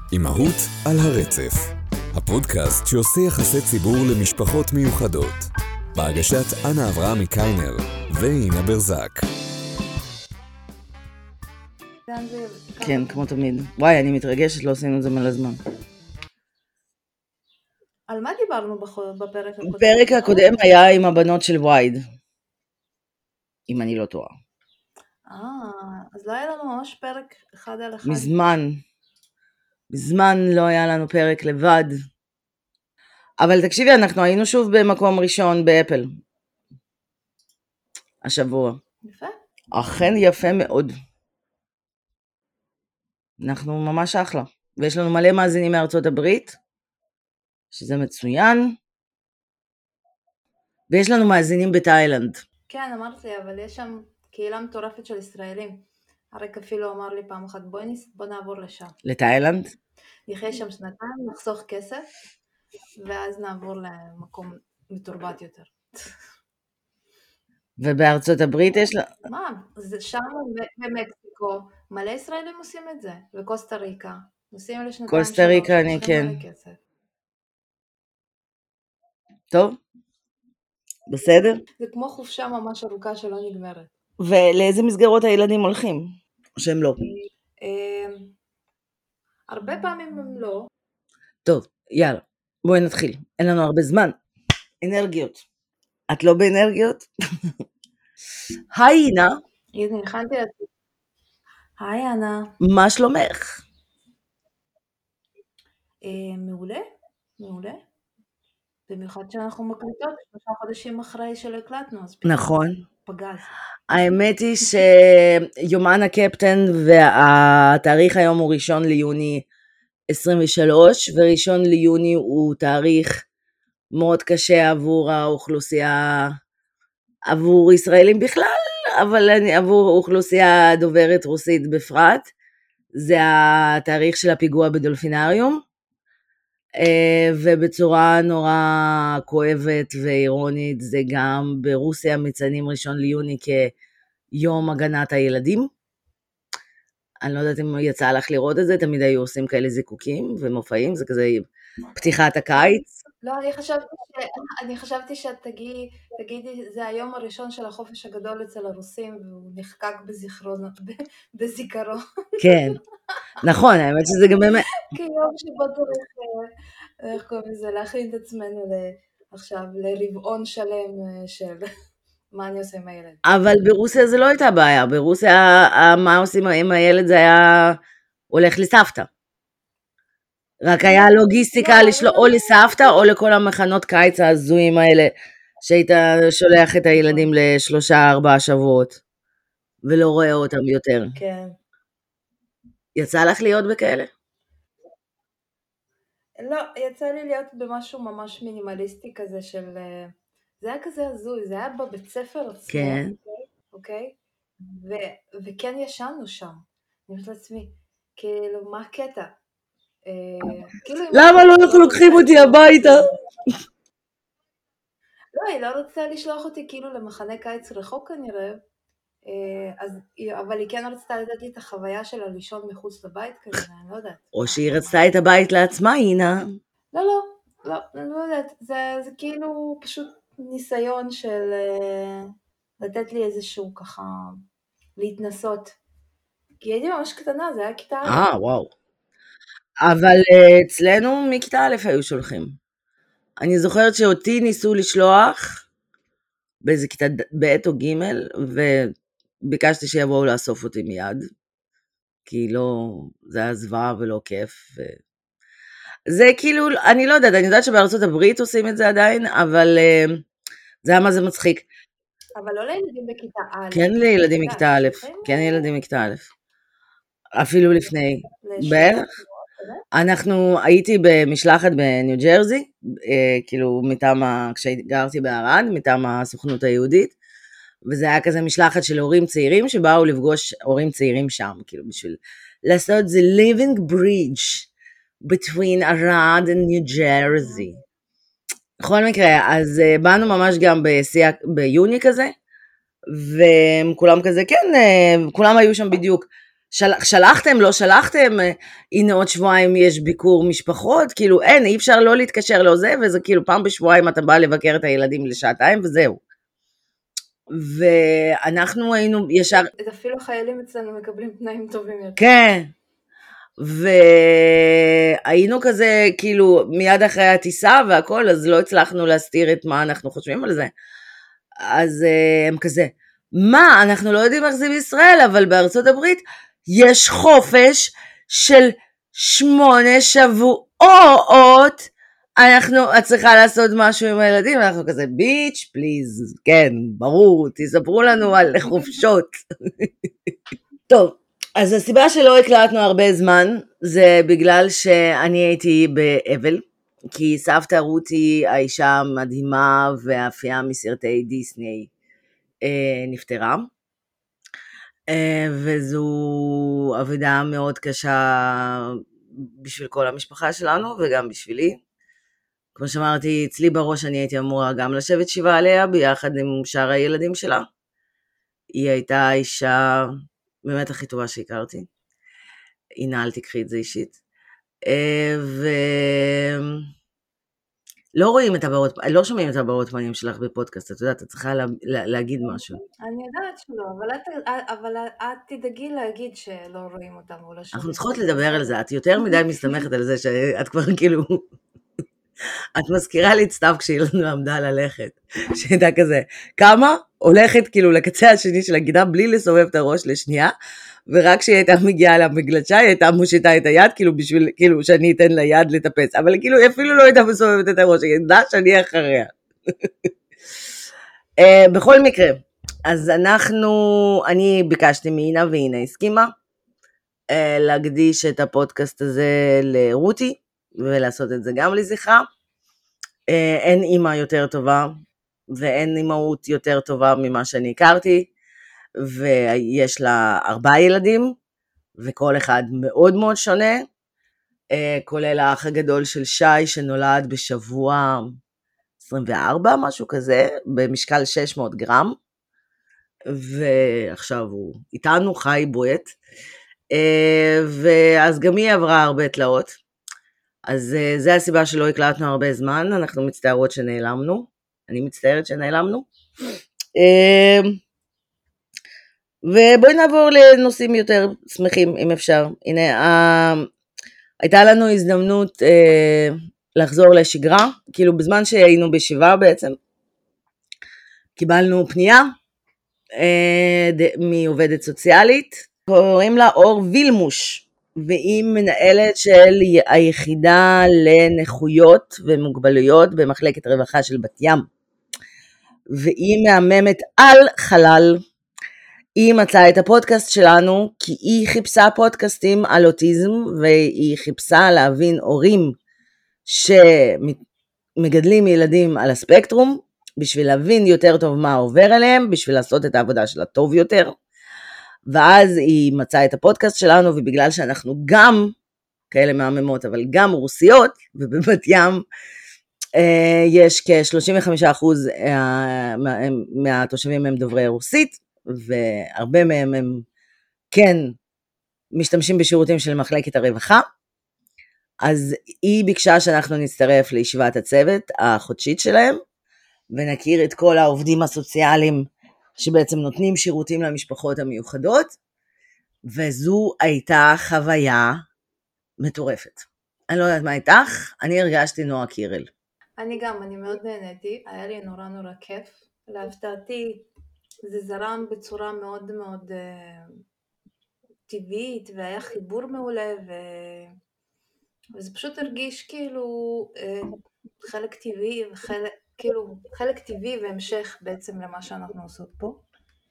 אימהות על הרצף, הפודקאסט שעושה יחסי ציבור למשפחות מיוחדות, בהגשת אנה אברהם מקיינר ואינה ברזק. כן, כמו תמיד. וואי, אני מתרגשת, לא עשינו את זה מלא זמן. על מה דיברנו בפרק הקודם? הפרק הקודם היה עם הבנות של וייד, אם אני לא טועה. אז לא היה לנו ממש פרק אחד על אחד. מזמן לא היה לנו פרק לבד. אבל תקשיבי, אנחנו היינו שוב במקום ראשון באפל. השבוע. יפה. אכן יפה מאוד. אנחנו ממש אחלה. ויש לנו מלא מאזינים מארצות הברית, שזה מצוין. ויש לנו מאזינים בתאילנד. כן, אמרתי, אבל יש שם קהילה מטורפת של ישראלים. הרק אפילו אמר לי פעם אחת, בוא נעבור לשם. לתאילנד? נחיה שם שנתיים, נחסוך כסף, ואז נעבור למקום מתורבת יותר. ובארצות הברית יש לה... מה? זה שם במקסיקו, מלא ישראלים עושים את זה. וקוסטה ריקה. נוסעים לשנתיים קוסטה ריקה, אני כן. טוב? בסדר? זה כמו חופשה ממש ארוכה שלא נגמרת. ולאיזה מסגרות הילדים הולכים? או שהם לא? הרבה פעמים הם לא. טוב, יאללה, בואי נתחיל. אין לנו הרבה זמן. אנרגיות. את לא באנרגיות? היי אינה. הנה, הכנתי את זה. היי אנה. מה שלומך? מעולה, מעולה. במיוחד שאנחנו מקליטות 3 חודשים אחרי שהקלטנו. נכון. פגז. האמת היא שיומן הקפטן והתאריך היום הוא 1 ליוני 23, ו1 ליוני הוא תאריך מאוד קשה עבור האוכלוסייה, עבור ישראלים בכלל, אבל עבור אוכלוסייה דוברת רוסית בפרט. זה התאריך של הפיגוע בדולפינריום, ובצורה נורא כואבת ואירונית, זה גם ברוסיה מציינים 1 ליוני כיום הגנת הילדים. אני לא יודעת אם יצא לך לראות את זה, תמיד היו עושים כאלה זיקוקים ומופעים, זה כזה פתיחת הקיץ. לא, אני חשבתי שאת תגידי, זה היום הראשון של החופש הגדול אצל הרוסים, והוא נחקק בזיכרון. כן, נכון, האמת שזה גם באמת. כיום שבו צריך, איך קוראים לזה, להכין את עצמנו עכשיו לרבעון שלם של מה אני עושה עם הילד. אבל ברוסיה זה לא הייתה בעיה, ברוסיה מה עושים עם הילד זה היה הולך לסבתא. רק היה לוגיסטיקה לשלוח או לסבתא או לכל המחנות קיץ הזויים האלה, שהיית שולח את הילדים ל3-4 שבועות, ולא רואה אותם יותר. כן. יצא לך להיות בכאלה? לא, יצא לי להיות במשהו ממש מינימליסטי כזה של... זה היה כזה הזוי, זה היה בבית ספר עצמו. כן. אוקיי? וכן ישנו שם. אני אומרת לעצמי, כאילו, מה הקטע? למה לא אנחנו לוקחים אותי הביתה? לא, היא לא רוצה לשלוח אותי כאילו למחנה קיץ רחוק כנראה, אבל היא כן רצתה לדעת לי את החוויה שלה לישון מחוץ לבית כנראה, אני לא יודעת. או שהיא רצתה את הבית לעצמה, אינה. לא, אני לא יודעת, זה כאילו פשוט ניסיון של לתת לי איזשהו ככה, להתנסות. כי הייתי ממש קטנה, זה היה כיתה א'. וואו. אבל אצלנו מכיתה א' היו שולחים. אני זוכרת שאותי ניסו לשלוח באיזה כיתה ב' או ג', וביקשתי שיבואו לאסוף אותי מיד, כי לא, זה היה זוועה ולא כיף. זה כאילו, אני לא יודעת, אני יודעת שבארצות הברית עושים את זה עדיין, אבל זה היה מה זה מצחיק. אבל לא לילדים בכיתה א'. כן לילדים מכיתה א', כן ילדים מכיתה א'. אפילו לפני, בערך. הייתי במשלחת בניו ג'רזי, כאילו כשגרתי בערד, מטעם הסוכנות היהודית, וזה היה כזה משלחת של הורים צעירים, שבאו לפגוש הורים צעירים שם, כאילו בשביל לעשות the living bridge between ערד and ניו ג'רזי. בכל מקרה, אז באנו ממש גם ביוני כזה, וכולם כזה, כן, כולם היו שם בדיוק, שלחתם, לא שלחתם, הנה עוד שבועיים יש ביקור משפחות, כאילו אין, אי אפשר לא להתקשר לו זה, וזה כאילו פעם בשבועיים אתה בא לבקר את הילדים לשעתיים וזהו. ואנחנו היינו ישר... אפילו החיילים אצלנו מקבלים תנאים טובים יותר. כן, והיינו כזה כאילו מיד אחרי הטיסה והכל, אז לא הצלחנו להסתיר את מה אנחנו חושבים על זה. אז הם כזה, מה, אנחנו לא יודעים איך זה בישראל, אבל בארצות הברית יש חופש של 8 שבועות, את צריכה לעשות משהו עם הילדים, אנחנו כזה, ביץ', פליז, כן, ברור, תספרו לנו על חופשות. טוב, אז הסיבה שלא הקלטנו הרבה זמן, זה בגלל שאני הייתי באבל, כי סבתא רותי, האישה המדהימה והאפייה מסרטי דיסני, נפטרה. וזו עבודה מאוד קשה בשביל כל המשפחה שלנו וגם בשבילי. כמו שאמרתי, אצלי בראש אני הייתי אמורה גם לשבת שבעה עליה ביחד עם שאר הילדים שלה. היא הייתה האישה באמת הכי טובה שהכרתי. הנה, אל תקחי את זה אישית. לא רואים את הבעות, לא שומעים את הבעות פנים שלך בפודקאסט, את יודעת, את צריכה להגיד משהו. אני יודעת שלא, אבל את תדאגי להגיד שלא רואים אותם. אנחנו צריכות לדבר על זה, את יותר מדי מסתמכת על זה שאת כבר כאילו, את מזכירה לי את סתיו כשהיא לנו עמדה ללכת, שהייתה כזה, כמה הולכת כאילו לקצה השני של הגינה בלי לסובב את הראש לשנייה, ורק כשהיא הייתה מגיעה למגלשה, היא הייתה מושיטה את היד, כאילו בשביל, כאילו שאני אתן לה יד לטפס, אבל כאילו היא אפילו לא הייתה מסובבת את הראש, היא ידעה שאני אחריה. בכל מקרה, אז אני ביקשתי מאינה, ואינה הסכימה, להקדיש את הפודקאסט הזה לרותי, ולעשות את זה גם לזכרה. אין אימא יותר טובה, ואין אימהות יותר טובה ממה שאני הכרתי, ויש לה 4 ילדים, וכל אחד מאוד מאוד שונה, כולל האח הגדול של שי, שנולד בשבוע 24, משהו כזה, במשקל 600 גרם, ועכשיו הוא איתנו, חי בועט, ואז גם היא עברה הרבה תלאות, אז זה הסיבה שלא הקלטנו הרבה זמן, אנחנו מצטערות שנעלמנו, אני מצטערת שנעלמנו, ובואי נעבור לנושאים יותר שמחים אם אפשר. הנה, הייתה לנו הזדמנות לחזור לשגרה, כאילו בזמן שהיינו בשבעה בעצם, קיבלנו פנייה מעובדת סוציאלית, קוראים לה אור וילמוש, והיא מנהלת של היחידה לנכויות ומוגבלויות במחלקת רווחה של בת ים, והיא מהממת על חלל. היא מצאה את הפודקאסט שלנו כי היא חיפשה פודקאסטים על אוטיזם, והיא חיפשה להבין הורים שמגדלים ילדים על הספקטרום, בשביל להבין יותר טוב מה עובר עליהם, בשביל לעשות את העבודה שלה טוב יותר. ואז היא מצאה את הפודקאסט שלנו, ובגלל שאנחנו גם כאלה מהממות, אבל גם רוסיות, ובבת ים יש כ-35% מהתושבים הם דוברי רוסית, והרבה מהם הם כן משתמשים בשירותים של מחלקת הרווחה. אז היא ביקשה שאנחנו נצטרף לישיבת הצוות החודשית שלהם, ונכיר את כל העובדים הסוציאליים שבעצם נותנים שירותים למשפחות המיוחדות, וזו הייתה חוויה מטורפת. אני לא יודעת מה איתך, אני הרגשתי נועה קירל. אני מאוד נהניתי, היה לי נורא כיף, להפתעתי זה זרם בצורה מאוד מאוד טבעית, והיה חיבור מעולה, וזה פשוט הרגיש כאילו חלק טבעי, חלק טבעי והמשך בעצם למה שאנחנו עושות פה.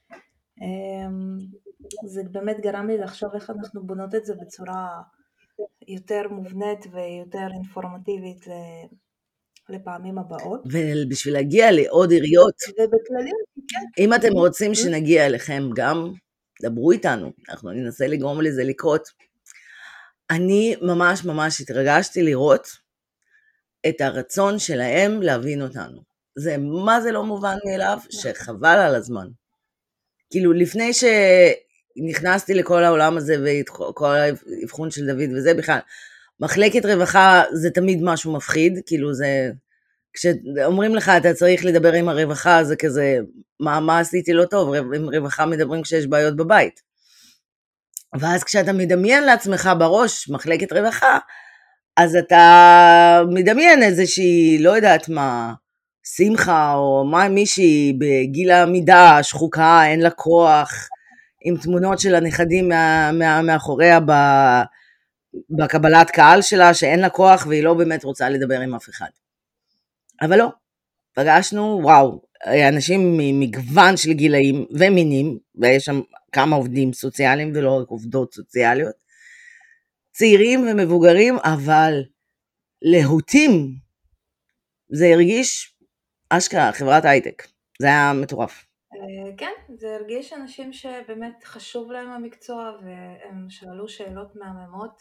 זה באמת גרם לי לחשוב איך אנחנו בונות את זה בצורה יותר מובנית ויותר אינפורמטיבית לפעמים הבאות. ובשביל להגיע לעוד עיריות, ובכללי, כן. אם אתם רוצים שנגיע אליכם גם, דברו איתנו, אנחנו ננסה לגרום לזה לקרות. אני ממש התרגשתי לראות את הרצון שלהם להבין אותנו. זה מה זה לא מובן מאליו, שחבל על הזמן. כאילו לפני נכנסתי לכל העולם הזה, וכל האבחון של דוד וזה בכלל, מחלקת רווחה זה תמיד משהו מפחיד, כאילו זה, כשאומרים לך אתה צריך לדבר עם הרווחה, זה כזה, מה עשיתי לא טוב, עם רווחה מדברים כשיש בעיות בבית. ואז כשאתה מדמיין לעצמך בראש מחלקת רווחה, אז אתה מדמיין איזושהי, לא יודעת מה, שמחה או מישהי בגיל העמידה, שחוקה, אין לה כוח, עם תמונות של הנכדים מאחוריה בקבלת קהל שלה, שאין לה כוח והיא לא באמת רוצה לדבר עם אף אחד. אבל לא, פגשנו, וואו, אנשים ממגוון של גילאים ומינים, ויש שם כמה עובדים סוציאליים ולא רק עובדות סוציאליות, צעירים ומבוגרים, אבל להוטים, זה הרגיש אשכרה, חברת הייטק, זה היה מטורף. כן, זה הרגיש אנשים שבאמת חשוב להם המקצוע, והם שאלו שאלות מהממות,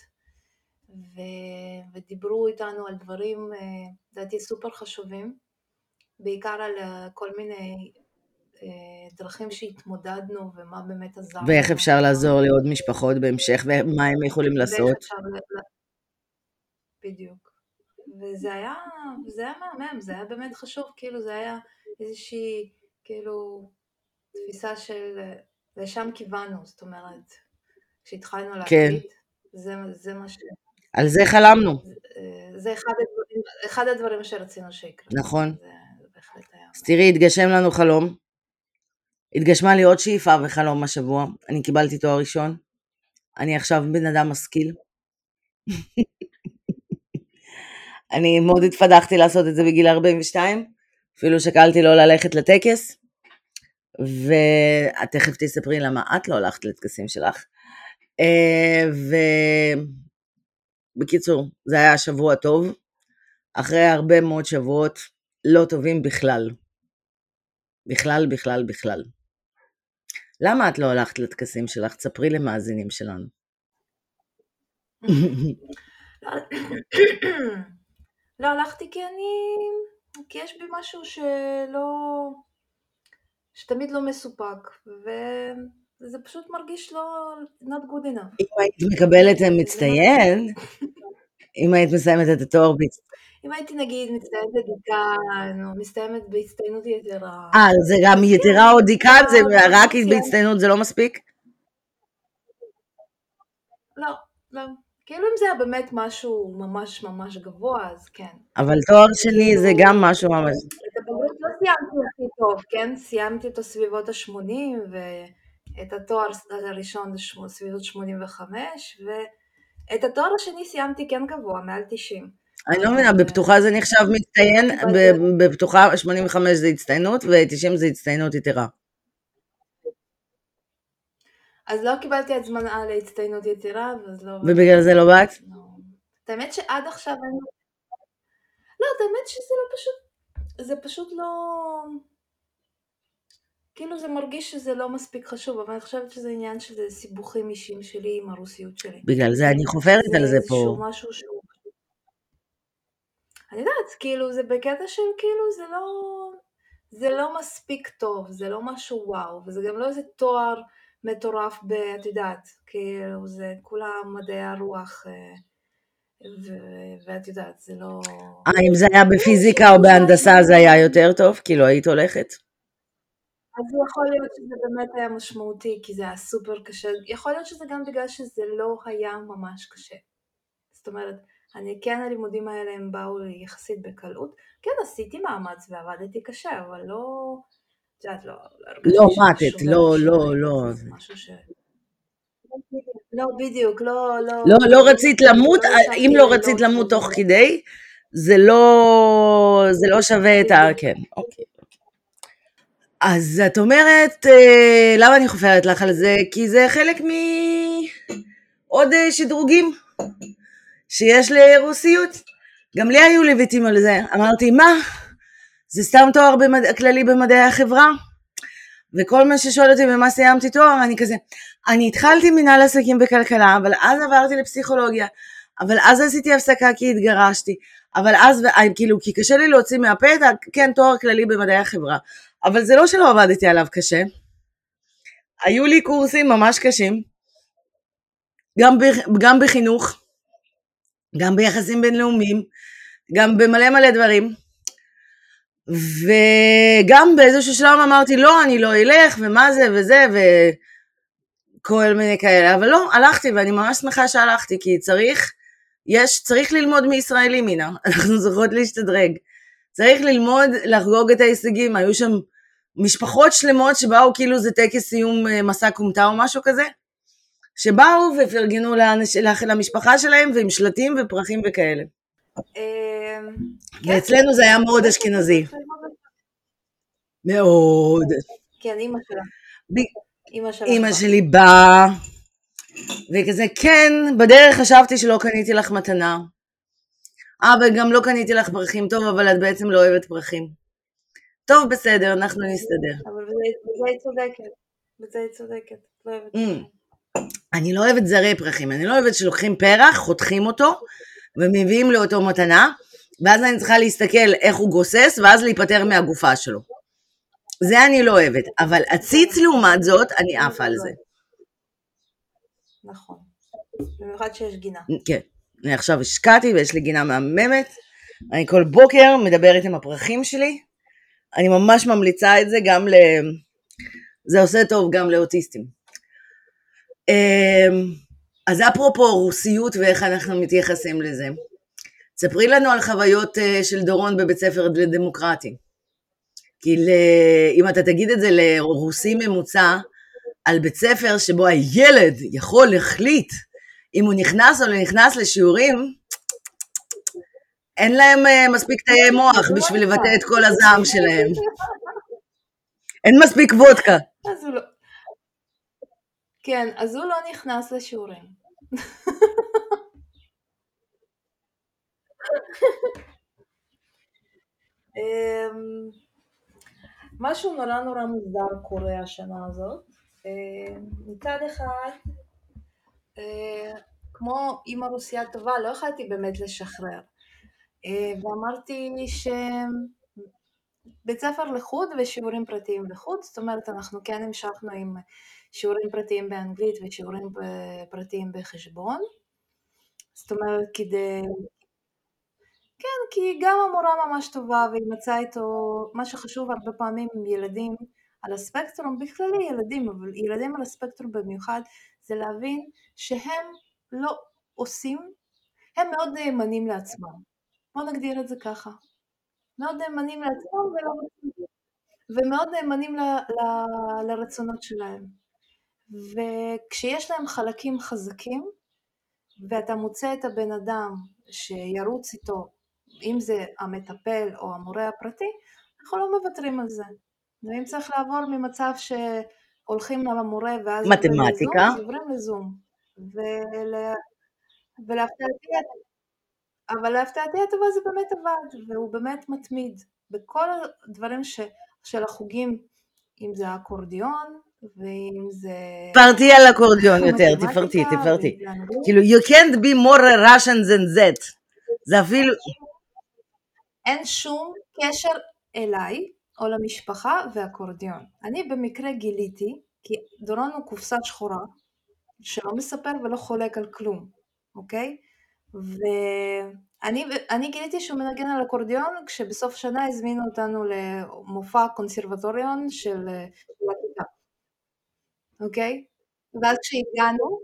ודיברו איתנו על דברים, לדעתי סופר חשובים, בעיקר על כל מיני דרכים שהתמודדנו, ומה באמת עזר. ואיך אפשר לעזור לעוד משפחות בהמשך, ומה הם יכולים לעשות. בדיוק. וזה היה מהמם, זה היה באמת חשוב, כאילו זה היה איזושהי, כאילו, תפיסה של, לשם כיוונו, זאת אומרת, כשהתחלנו להקליט, זה מה ש... על זה חלמנו. זה אחד הדברים שרצינו שיקרה. נכון. זה בהחלט היה. אז תראי, התגשם לנו חלום. התגשמה לי עוד שאיפה וחלום השבוע. אני קיבלתי תואר ראשון. אני עכשיו בן אדם משכיל. אני מאוד התפדחתי לעשות את זה בגיל 42. אפילו שקלתי לא ללכת לטקס. ואת תכף תספרי למה את לא הלכת לטקסים שלך. בקיצור, זה היה שבוע טוב, אחרי הרבה מאוד שבועות לא טובים בכלל. בכלל. למה את לא הלכת לטקסים שלך? תספרי למאזינים שלנו. לא הלכתי כי יש בי משהו שתמיד לא מסופק, וזה פשוט מרגיש לא not good enough. אם היית מקבלת מצטיין, אם היית מסיימת את התואר אם הייתי נגיד מצטיינת בדיקן, או מסתיימת בהצטיינות יתרה. זה גם יתרה או דיקן, זה רק בהצטיינות זה לא מספיק? לא. כאילו אם זה היה באמת משהו ממש ממש גבוה, אז כן. אבל תואר שני זה גם משהו ממש... את הבגרות לא סיימתי הכי טוב, כן? סיימתי אותו סביבות ה-80, ואת התואר הראשון סביבות 85, ואת התואר השני סיימתי כן גבוה, מעל 90. אני לא מבינה, בפתוחה זה נחשב מצטיין, בפתוחה 85 זה הצטיינות, ו-90 זה הצטיינות יתרה. אז לא קיבלתי הזמנה להצטיינות יתרה, ובגלל זה לא באת? האמת שעד עכשיו אני... לא, האמת שזה לא פשוט... זה פשוט לא... כאילו זה מרגיש שזה לא מספיק חשוב, אבל אני חושבת שזה עניין של סיבוכים אישיים שלי עם הרוסיות שלי. בגלל זה אני חופרת על זה פה. זה איזשהו משהו שהוא... אני יודעת, כאילו זה בקטע של כאילו זה לא מספיק טוב, זה לא משהו וואו, וזה גם לא איזה תואר מטורף את יודעת, כאילו זה כולה מדעי הרוח, ואת יודעת, זה לא... אם זה היה בפיזיקה או בהנדסה זה היה יותר טוב, כאילו היית הולכת? אז יכול להיות שזה באמת היה משמעותי, כי זה היה סופר קשה, יכול להיות שזה גם בגלל שזה לא היה ממש קשה. זאת אומרת, כן הלימודים האלה הם באו יחסית בקלות, כן עשיתי מאמץ ועבדתי קשה, אבל לא, את יודעת, לא מתת, לא. לא, בדיוק, לא. לא רצית למות, אם לא רצית למות תוך כדי, זה לא שווה את כן, אוקיי. אז את אומרת, למה אני חופרת לך על זה? כי זה חלק מעוד שדרוגים שיש לרוסיות. גם לי היו לביטים על זה. אמרתי, מה? זה סתם תואר כללי במדעי החברה? וכל מה ששואל אותי במה סיימתי תואר, אני כזה, אני התחלתי מנהל עסקים בכלכלה, אבל אז עברתי לפסיכולוגיה, אבל אז עשיתי הפסקה כי התגרשתי, אבל אז, כאילו, כי קשה לי להוציא מהפה, כן, תואר כללי במדעי החברה, אבל זה לא שלא עבדתי עליו קשה, היו לי קורסים ממש קשים, גם בחינוך, גם ביחסים בינלאומיים, גם במלא מלא דברים, וגם באיזשהו שלב אמרתי, לא, אני לא אלך, ומה זה וזה, וכל מיני כאלה, אבל לא, הלכתי, ואני ממש שמחה שהלכתי, כי צריך ללמוד מישראלים, מינה, אנחנו צריכות להשתדרג, צריך ללמוד, לחגוג את ההישגים, היו שם משפחות שלמות שבאו, כאילו זה טקס סיום מסע קומטה או משהו כזה, שבאו ופרגנו למשפחה שלהם, ועם שלטים ופרחים וכאלה. ואצלנו זה היה מאוד אשכנזי. מאוד. כן, אמא שלה. אמא שלי באה, וכזה, כן, בדרך חשבתי שלא קניתי לך מתנה. וגם לא קניתי לך פרחים, טוב, אבל את בעצם לא אוהבת פרחים. טוב, בסדר, אנחנו נסתדר. אבל בזה היא צודקת. בזה היא צודקת. לא אוהבת פרחים. אני לא אוהבת זרי פרחים, אני לא אוהבת שלוקחים פרח, חותכים אותו, ומביאים לו אותו מתנה, ואז אני צריכה להסתכל איך הוא גוסס, ואז להיפטר מהגופה שלו. זה אני לא אוהבת, אבל הציץ לעומת זאת, אני עפה על זה. נכון. במיוחד שיש גינה. כן, אני עכשיו השקעתי ויש לי גינה מהממת, אני כל בוקר מדברת עם הפרחים שלי, אני ממש ממליצה את זה גם זה עושה טוב גם לאוטיסטים. אז אפרופו רוסיות ואיך אנחנו מתייחסים לזה, ספרי לנו על חוויות של דורון בבית ספר לדמוקרטי. כי אם אתה תגיד את זה לרוסי ממוצע, על בית ספר שבו הילד יכול להחליט אם הוא נכנס או לא נכנס לשיעורים, אין להם מספיק תאי מוח בשביל לבטא את כל הזעם שלהם. אין מספיק וודקה. אז הוא לא... כן, אז הוא לא נכנס לשיעורים. משהו נורא נורא מוזר קורה השנה הזאת. מצד אחד, כמו אמא רוסיה טובה, לא יכולתי באמת לשחרר. ואמרתי שבית ספר לחוד ושיעורים פרטיים לחוד, זאת אומרת אנחנו כן המשכנו עם שיעורים פרטיים באנגלית ושיעורים פרטיים בחשבון. זאת אומרת כן, כי גם המורה ממש טובה, והיא מצאה איתו, מה שחשוב הרבה פעמים עם ילדים על הספקטרום, בכללי ילדים, אבל ילדים על הספקטרום במיוחד, זה להבין שהם לא עושים, הם מאוד נאמנים לעצמם. בוא נגדיר את זה ככה. מאוד נאמנים לעצמם ומאוד נאמנים לרצונות שלהם. וכשיש להם חלקים חזקים, ואתה מוצא את הבן אדם שירוץ איתו, אם זה המטפל או המורה הפרטי, אנחנו לא מוותרים על זה. ואם צריך לעבור ממצב שהולכים למורה ואז מתמטיקה, אז עוברים לזום. אבל להפתעתי הטובה זה באמת עבד, והוא באמת מתמיד בכל הדברים של החוגים, אם זה האקורדיון, ואם זה... תפרטי על אקורדיון יותר, תפרטי. כאילו, you can't be more Russian than that. זה אפילו... אין שום קשר אליי או למשפחה ואקורדיון. אני במקרה גיליתי, כי דורון הוא קופסה שחורה, שלא מספר ולא חולק על כלום, אוקיי? ואני גיליתי שהוא מנגן על אקורדיון, כשבסוף שנה הזמינו אותנו למופע קונסרבטוריון של הכיתה. אוקיי? ואז כשהגענו,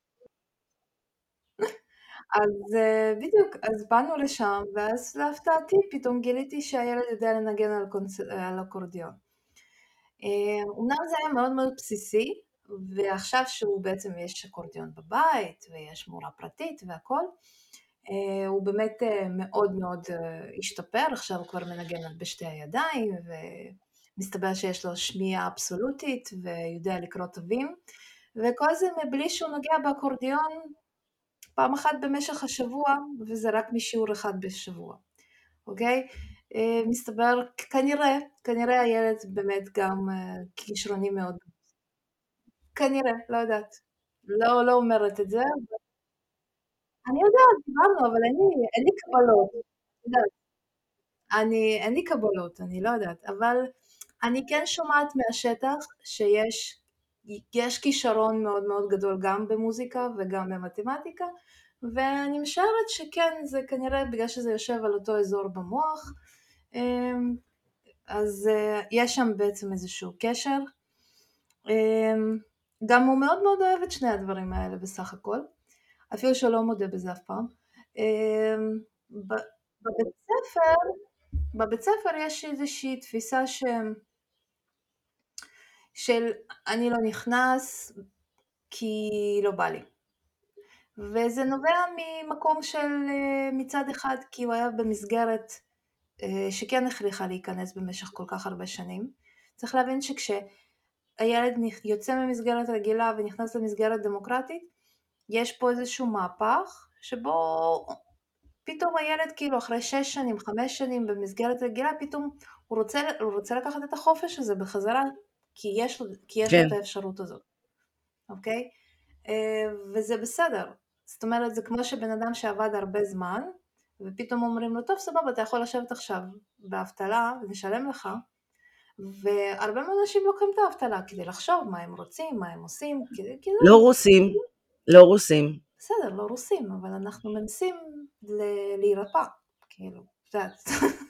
אז בדיוק, אז באנו לשם, ואז להפתעתי פתאום גיליתי שהילד יודע לנגן על אקורדיון. אומנם זה היה מאוד מאוד בסיסי, ועכשיו שהוא בעצם יש אקורדיון בבית, ויש מורה פרטית והכל, הוא באמת מאוד מאוד השתפר, עכשיו הוא כבר מנגן בשתי הידיים, ומסתבר שיש לו שמיעה אבסולוטית, ויודע לקרוא תווים, וכל זה מבלי שהוא נוגע באקורדיון, פעם אחת במשך השבוע, וזה רק משיעור אחד בשבוע, אוקיי? מסתבר, כנראה הילד באמת גם כישרוני מאוד. כנראה, לא יודעת. לא אומרת את זה. אני יודעת, דיברנו, אבל אין לי קבלות. אין לי קבלות, אני לא יודעת. אבל אני כן שומעת מהשטח שיש יש כישרון מאוד מאוד גדול גם במוזיקה וגם במתמטיקה, ואני משערת שכן, זה כנראה בגלל שזה יושב על אותו אזור במוח, אז יש שם בעצם איזשהו קשר. גם הוא מאוד מאוד אוהב את שני הדברים האלה בסך הכל, אפילו שלא מודה בזה אף פעם. בבית ספר יש איזושהי תפיסה של אני לא נכנס כי לא בא לי. וזה נובע ממקום של מצד אחד כי הוא היה במסגרת שכן הכריחה להיכנס במשך כל כך הרבה שנים. צריך להבין שכשהילד יוצא ממסגרת רגילה ונכנס למסגרת דמוקרטית, יש פה איזשהו מהפך שבו פתאום הילד כאילו אחרי 6 שנים, 5 שנים במסגרת רגילה, פתאום הוא רוצה לקחת את החופש הזה בחזרה, כי יש לו את האפשרות הזאת. אוקיי? וזה בסדר. זאת אומרת, זה כמו שבן אדם שעבד הרבה זמן, ופתאום אומרים לו, טוב, סבבה, אתה יכול לשבת עכשיו באבטלה, ונשלם לך, והרבה אנשים לוקחים את האבטלה כדי לחשוב מה הם רוצים, מה הם עושים. לא רוסים. בסדר, לא רוסים, אבל אנחנו מנסים להירפא, כאילו, יודעת.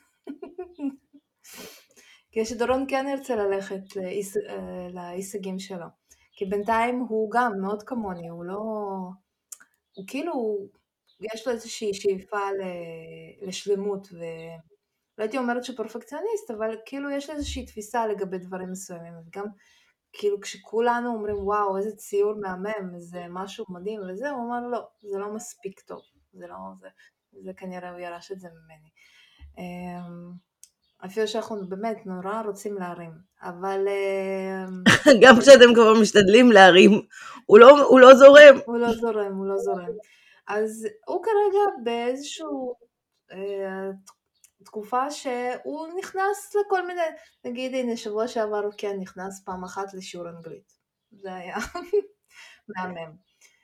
כי שדורון כן ירצה ללכת להישגים שלו, כי בינתיים הוא גם מאוד כמוני, הוא כאילו, יש לו איזושהי שאיפה לשלמות, ולא הייתי אומרת שפרפקציוניסט, אבל כאילו יש לו איזושהי תפיסה לגבי דברים מסוימים, וגם כאילו כשכולנו אומרים וואו איזה ציור מהמם, זה משהו מדהים וזה, הוא אומר לא, זה לא מספיק טוב, זה כנראה הוא ירש את זה ממני. אפילו שאנחנו באמת נורא רוצים להרים, אבל גם כשאתם כבר משתדלים להרים, הוא לא זורם. הוא לא זורם. אז הוא כרגע באיזשהו תקופה שהוא נכנס לכל מיני, נגיד הנה שבוע שעבר הוא כן נכנס פעם אחת לשיעור אנגלית, זה היה מהמם.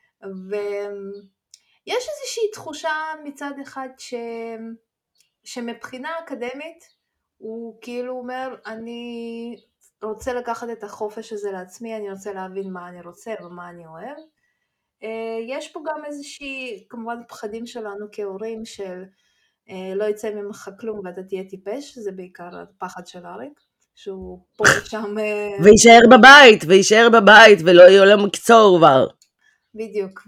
ויש איזושהי תחושה מצד אחד שמבחינה אקדמית הוא כאילו אומר אני רוצה לקחת את החופש הזה לעצמי, אני רוצה להבין מה אני רוצה ומה אני אוהב. יש פה גם איזושהי כמובן פחדים שלנו כהורים של לא יצא ממך כלום ואתה תהיה טיפש, זה בעיקר הפחד של אריק, שהוא פה ושם ויישאר בבית ולא יהיה לו מקצור כבר. בדיוק,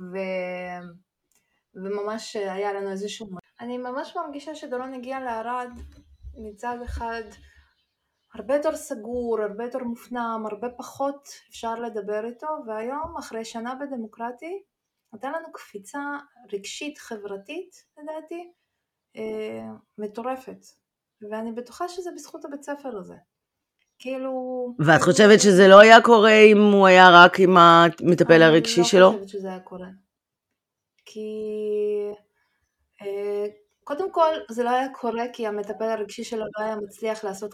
וממש היה לנו איזשהו, אני ממש מרגישה שדורון הגיע לערד מצד אחד הרבה יותר סגור, הרבה יותר מופנם, הרבה פחות אפשר לדבר איתו, והיום אחרי שנה בדמוקרטי נתן לנו קפיצה רגשית חברתית לדעתי מטורפת, ואני בטוחה שזה בזכות הבית ספר הזה. כאילו... ואת חושבת שזה לא היה קורה אם הוא היה רק עם המטפל הרגשי שלו? אני לא חושבת שזה היה קורה. כי קודם כל זה לא היה קורה כי המטפל הרגשי שלו לא היה מצליח לעשות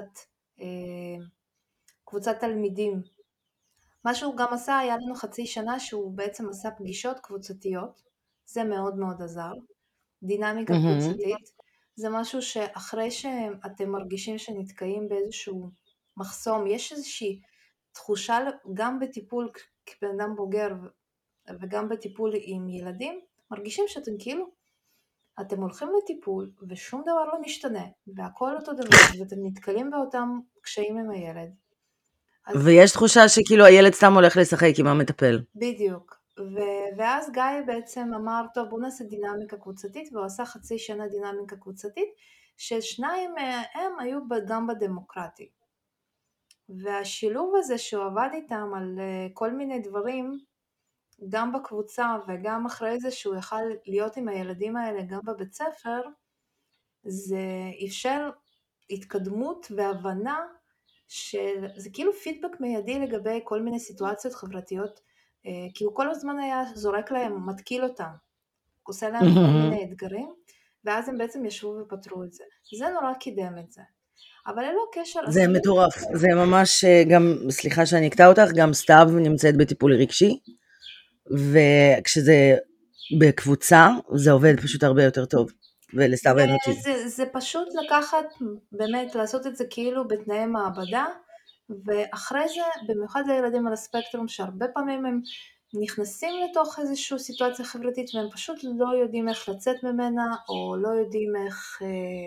קבוצת תלמידים. מה שהוא גם עשה, היה לנו חצי שנה שהוא בעצם עשה פגישות קבוצתיות, זה מאוד מאוד עזר. דינמיקה קבוצתית, זה משהו שאחרי שאתם מרגישים שנתקעים באיזשהו מחסום, יש איזושהי תחושה גם בטיפול כבן אדם בוגר וגם בטיפול עם ילדים, מרגישים שאתם כאילו, אתם הולכים לטיפול ושום דבר לא משתנה, והכל אותו דבר, ואתם נתקלים באותם קשיים עם הילד. ויש תחושה שכאילו הילד סתם הולך לשחק עם המטפל. בדיוק. ואז גיא בעצם אמר, טוב בוא נעשה דינמיקה קבוצתית, והוא עשה חצי שנה דינמיקה קבוצתית, ששניים הם היו גם בדמוקרטי. והשילוב הזה שהוא עבד איתם על כל מיני דברים, גם בקבוצה וגם אחרי זה שהוא יכל להיות עם הילדים האלה גם בבית ספר, זה אפשר התקדמות והבנה, שזה כאילו פידבק מיידי לגבי כל מיני סיטואציות חברתיות, כי הוא כל הזמן היה זורק להם, מתקיל אותם, עושה להם כל מיני אתגרים, ואז הם בעצם ישבו ופתרו את זה. זה נורא קידם את זה. אבל ללא קשר... זה מטורף, זה ממש גם, סליחה שאני אקטע אותך, גם סתיו נמצאת בטיפול רגשי, וכשזה בקבוצה, זה עובד פשוט הרבה יותר טוב, ולסתיו אין אותי. זה פשוט לקחת, באמת, לעשות את זה כאילו בתנאי מעבדה, ואחרי זה, במיוחד לילדים על הספקטרום, שהרבה פעמים הם נכנסים לתוך איזושהי סיטואציה חברתית, והם פשוט לא יודעים איך לצאת ממנה, או לא יודעים איך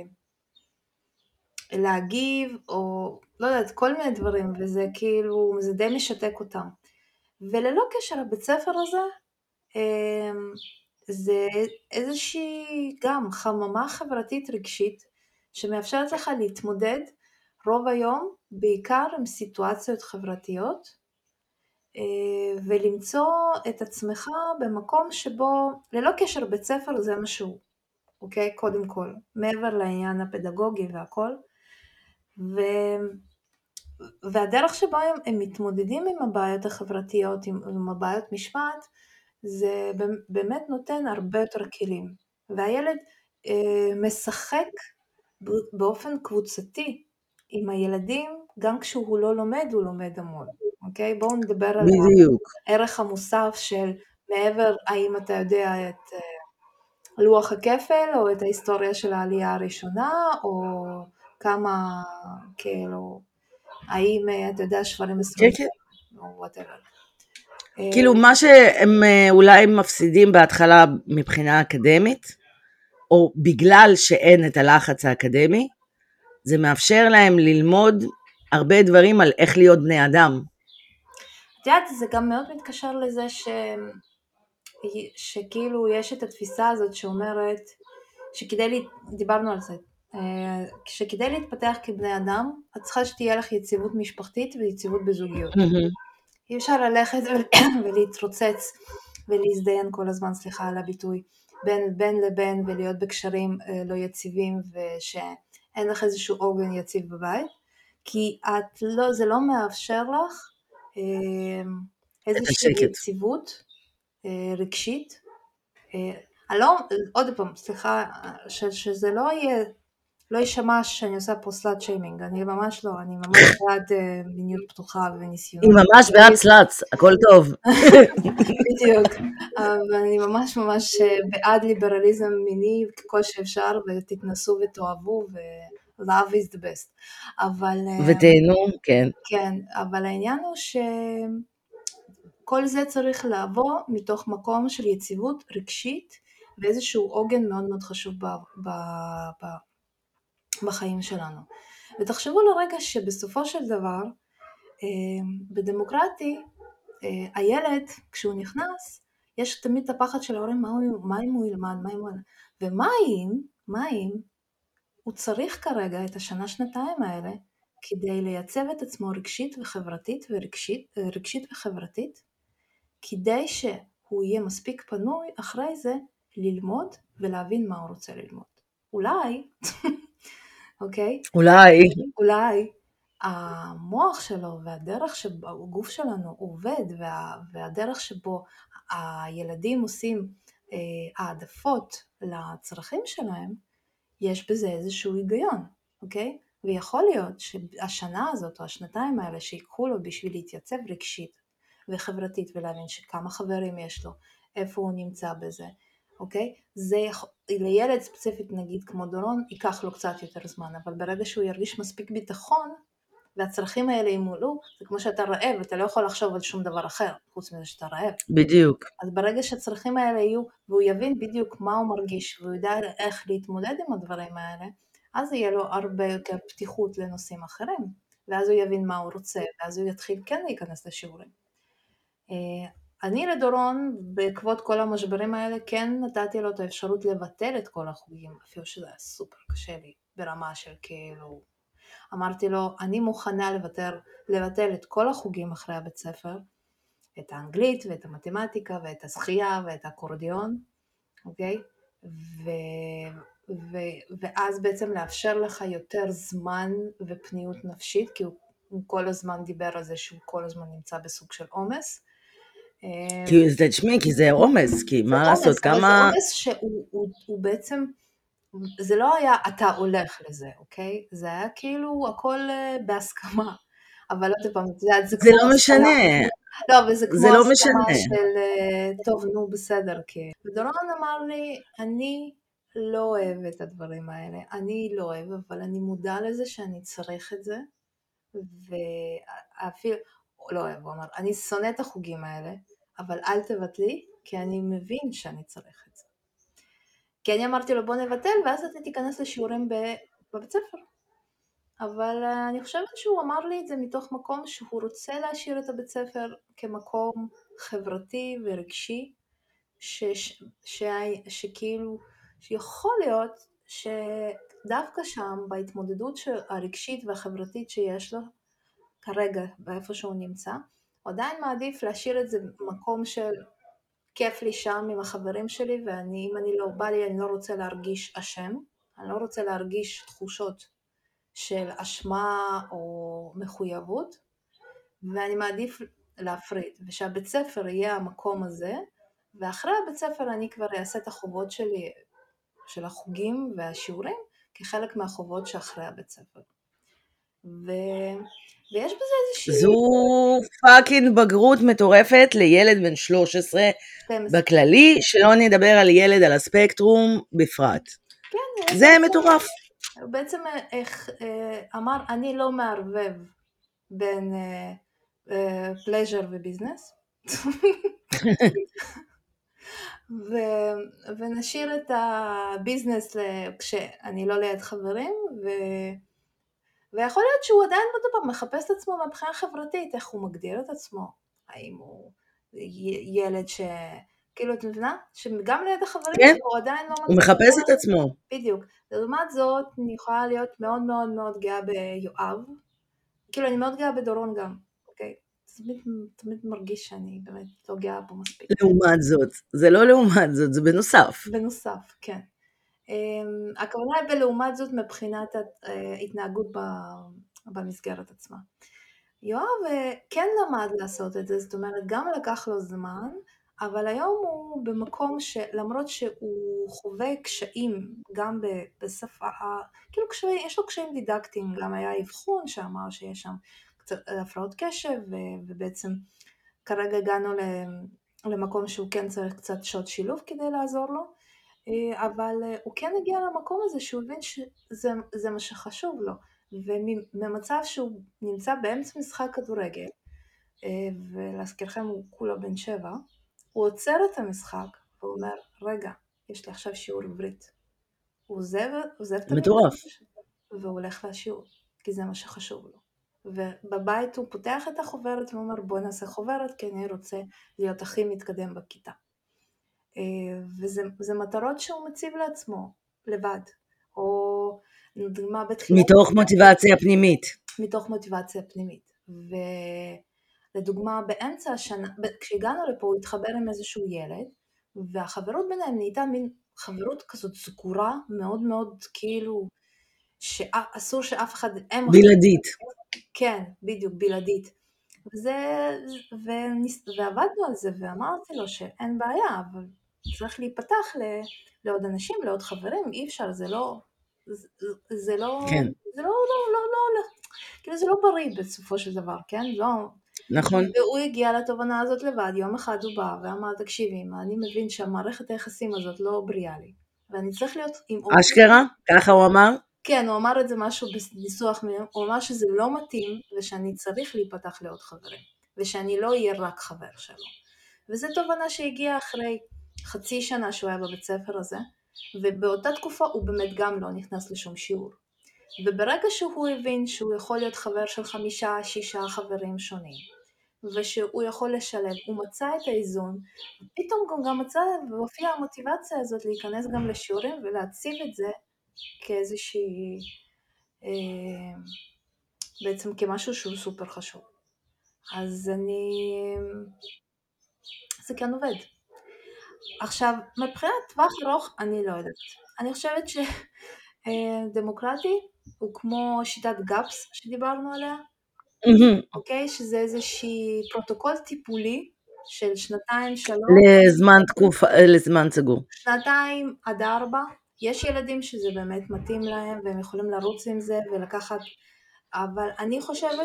להגיב, או לא יודעת, כל מיני דברים, וזה כאילו, זה די משתק אותם. וללא קשר, הבית ספר הזה, זה איזושהי גם חממה חברתית רגשית, שמאפשרת לך להתמודד רוב היום, בעיקר עם סיטואציות חברתיות, ולמצוא את עצמך במקום שבו, ללא קשר בית ספר זה משהו, אוקיי? קודם כל, מעבר לעניין הפדגוגי והכל, והדרך שבה הם מתמודדים עם הבעיות החברתיות, עם הבעיות משמעת, זה באמת נותן הרבה יותר כלים. והילד משחק באופן קבוצתי עם הילדים, גם כשהוא לא לומד, הוא לומד המון. אוקיי? בואו נדבר על הערך המוסף של מעבר, האם אתה יודע את לוח הכפל, או את ההיסטוריה של העלייה הראשונה, או כמה, כאילו, האם אתה יודע שברים מסוימים, או whatever. כאילו מה שהם אולי מפסידים בהתחלה מבחינה אקדמית, או בגלל שאין את הלחץ האקדמי, זה מאפשר להם ללמוד הרבה דברים על איך להיות בני אדם. את יודעת, זה גם מאוד מתקשר לזה שכאילו יש את התפיסה הזאת שאומרת, דיברנו על זה, שכדי להתפתח כבני אדם, את צריכה שתהיה לך יציבות משפחתית ויציבות בזוגיות. אי אפשר ללכת ולהתרוצץ ולהזדיין כל הזמן, סליחה על הביטוי, בין לבין ולהיות בקשרים לא יציבים ושאין לך איזשהו עוגן יציב בבית, כי זה לא מאפשר לך איזושהי יציבות רגשית. עוד פעם, סליחה, שזה לא יישמע שאני עושה פה סלאט שיימינג, אני ממש לא, אני ממש בעד מיניות פתוחה וניסיונות. היא ממש בעד סלאטס, הכל טוב. בדיוק, אבל אני ממש ממש בעד ליברליזם מיני ככל שאפשר, ותתנסו ותאהבו, ו-love is the best. ותהנו, כן. כן, אבל העניין הוא שכל זה צריך לעבור מתוך מקום של יציבות רגשית, ואיזשהו עוגן מאוד מאוד חשוב בחיים שלנו. ותחשבו לרגע שבסופו של דבר, בדמוקרטי, הילד, כשהוא נכנס, יש תמיד את הפחד של ההורים, מה אם הוא ילמד, ומה אם הוא צריך כרגע את השנה-שנתיים האלה, כדי לייצב את עצמו רגשית וחברתית, רגשית וחברתית, כדי שהוא יהיה מספיק פנוי אחרי זה ללמוד ולהבין מה הוא רוצה ללמוד. אולי, אוקיי? אולי המוח שלו והדרך שבו הגוף שלנו עובד, והדרך שבו הילדים עושים העדפות לצרכים שלהם, יש בזה איזשהו היגיון, אוקיי? ויכול להיות שהשנה הזאת או השנתיים האלה שיקחו לו בשביל להתייצב רגשית וחברתית ולהבין שכמה חברים יש לו, איפה הוא נמצא בזה, אוקיי? זה לילד ספציפית נגיד כמו דורון ייקח לו קצת יותר זמן, אבל ברגע שהוא ירגיש מספיק ביטחון והצרכים האלה ימולאו, זה כמו שאתה רעב, אתה לא יכול לחשוב על שום דבר אחר חוץ מזה שאתה רעב. בדיוק. אז ברגע שהצרכים האלה יהיו, והוא יבין בדיוק מה הוא מרגיש, והוא יודע איך להתמודד עם הדברים האלה, אז יהיה לו הרבה יותר פתיחות לנושאים אחרים, ואז הוא יבין מה הוא רוצה, ואז הוא יתחיל כן להיכנס לשיעורים. אני לדורון, בעקבות כל המשברים האלה, כן נתתי לו את האפשרות לבטל את כל החוגים, אפילו שזה היה סופר קשה לי, ברמה של כאילו, אמרתי לו, אני מוכנה לבטל את כל החוגים אחרי הבית ספר, את האנגלית ואת המתמטיקה ואת השחייה ואת האקורדיון, אוקיי? ואז בעצם לאפשר לך יותר זמן ופניות נפשית, כי הוא כל הזמן דיבר על זה שהוא כל הזמן נמצא בסוג של עומס. כי זה עומס, כי מה לעשות, כמה... זה עומס שהוא בעצם, זה לא היה אתה הולך לזה, אוקיי? זה היה כאילו הכל בהסכמה, אבל עוד פעם, זה לא משנה. לא, אבל זה כמו הסכמה של, טוב, נו, בסדר, כי... ודורון אמר לי, אני לא אוהב את הדברים האלה, אני לא אוהב, אבל אני מודע לזה שאני צריך את זה, ואפילו, לא אוהב, הוא אמר, אני שונא את החוגים האלה, אבל אל תבטלי, כי אני מבין שאני צריך את זה. כי אני אמרתי לו בוא נבטל, ואז אתה תיכנס לשיעורים בבית ספר. אבל אני חושבת שהוא אמר לי את זה מתוך מקום שהוא רוצה להשאיר את הבית ספר כמקום חברתי ורגשי, שכאילו, שיכול להיות שדווקא שם, בהתמודדות הרגשית והחברתית שיש לו, כרגע, באיפה שהוא נמצא, הוא עדיין מעדיף להשאיר את זה במקום של כיף לי שם עם החברים שלי, ואם אני לא בא לי, אני לא רוצה להרגיש אשם, אני לא רוצה להרגיש תחושות של אשמה או מחויבות, ואני מעדיף להפריד, ושהבית ספר יהיה המקום הזה, ואחרי הבית ספר אני כבר אעשה את החובות שלי, של החוגים והשיעורים, כחלק מהחובות שאחרי הבית ספר. ויש בזה איזושהי... זו פאקינג בגרות מטורפת לילד בן 13 בכללי, שלא נדבר על ילד על הספקטרום בפרט. כן, זה מטורף. הוא בעצם אמר, אני לא מערבב בין פלז'ר וביזנס, ונשאיר את הביזנס כשאני לא ליד חברים, ויכול להיות שהוא עדיין בדבר מחפש את עצמו מבחינה חברתית, איך הוא מגדיר את עצמו, האם הוא ילד כאילו את מבינה, שגם ליד החברים כן, הוא עדיין לא הוא מחפש את עצמו. בדיוק. לעומת זאת, אני יכולה להיות מאוד מאוד מאוד גאה ביואב, כאילו אני מאוד גאה בדורון גם, אוקיי? תמיד מרגיש שאני באמת לא גאה בו מספיק. לעומת זאת, זה לא לעומת זאת, זה בנוסף. בנוסף, כן. הכוונה היא בלעומת זאת מבחינת ההתנהגות במסגרת עצמה. יואב כן למד לעשות את זה, זאת אומרת גם לקח לו זמן, אבל היום הוא במקום שלמרות שהוא חווה קשיים גם בשפה, כאילו יש לו קשיים דידקטיים, גם היה אבחון שאמר שיש שם קצת הפרעות קשב, ובעצם כרגע הגענו למקום שהוא כן צריך קצת שעות שילוב כדי לעזור לו, אבל הוא כן הגיע למקום הזה שהוא הבין שזה מה שחשוב לו, וממצב שהוא נמצא באמצע משחק כדורגל, ולהזכירכם הוא כולו בן 7, הוא עוצר את המשחק, והוא אומר, רגע, יש לי עכשיו שיעור עברית. הוא עוזב את המשחק, והוא הולך לשיעור, כי זה מה שחשוב לו. ובבית הוא פותח את החוברת, ואומר, בוא נעשה חוברת, כי אני רוצה להיות הכי מתקדם בכיתה. וזה מטרות שהוא מציב לעצמו, לבד. או נדמה בתחילה... מתוך מוטיבציה פנימית. מתוך מוטיבציה פנימית. לדוגמה, באמצע השנה, כשהגענו לפה, הוא התחבר עם איזשהו ילד, והחברות ביניהם נהייתה מין חברות כזאת סגורה, מאוד מאוד כאילו, שאסור שאף אחד... בלעדית. כן, בדיוק, בלעדית. ועבדנו על זה, ואמרתי לו שאין בעיה, אבל צריך להיפתח לעוד אנשים, לעוד חברים, אי אפשר, זה לא... כן. כאילו זה לא בריא בסופו של דבר, כן? לא... נכון. והוא הגיע לתובנה הזאת לבד, יום אחד הוא בא ואמר, תקשיבי, אני מבין שהמערכת היחסים הזאת לא בריאה לי, ואני צריך להיות עם... אשכרה? ככה הוא אמר? כן, הוא אמר את זה משהו בניסוח, הוא אמר שזה לא מתאים, ושאני צריך להיפתח לעוד חברים, ושאני לא אהיה רק חבר שלו. וזו תובנה שהגיעה אחרי חצי שנה שהוא היה בבית ספר הזה, ובאותה תקופה הוא באמת גם לא נכנס לשום שיעור. וברגע שהוא הבין שהוא יכול להיות חבר של 5-6 חברים שונים, ושהוא יכול לשלב, הוא מצא את האיזון, פתאום גם מצא והופיעה המוטיבציה הזאת להיכנס גם לשיעורים ולהציב את זה כאיזושהי, בעצם כמשהו שהוא סופר חשוב. אז זה כן עובד. עכשיו, מבחינת טווח ארוך, אני לא יודעת. אני חושבת שדמוקרטי הוא כמו שיטת גאפס שדיברנו עליה, אוקיי? שזה איזושהי פרוטוקול טיפולי של 2-3. לזמן סגור. 2 עד 4. יש ילדים שזה באמת מתאים להם, והם יכולים לרוץ עם זה ולקחת, אבל אני חושבת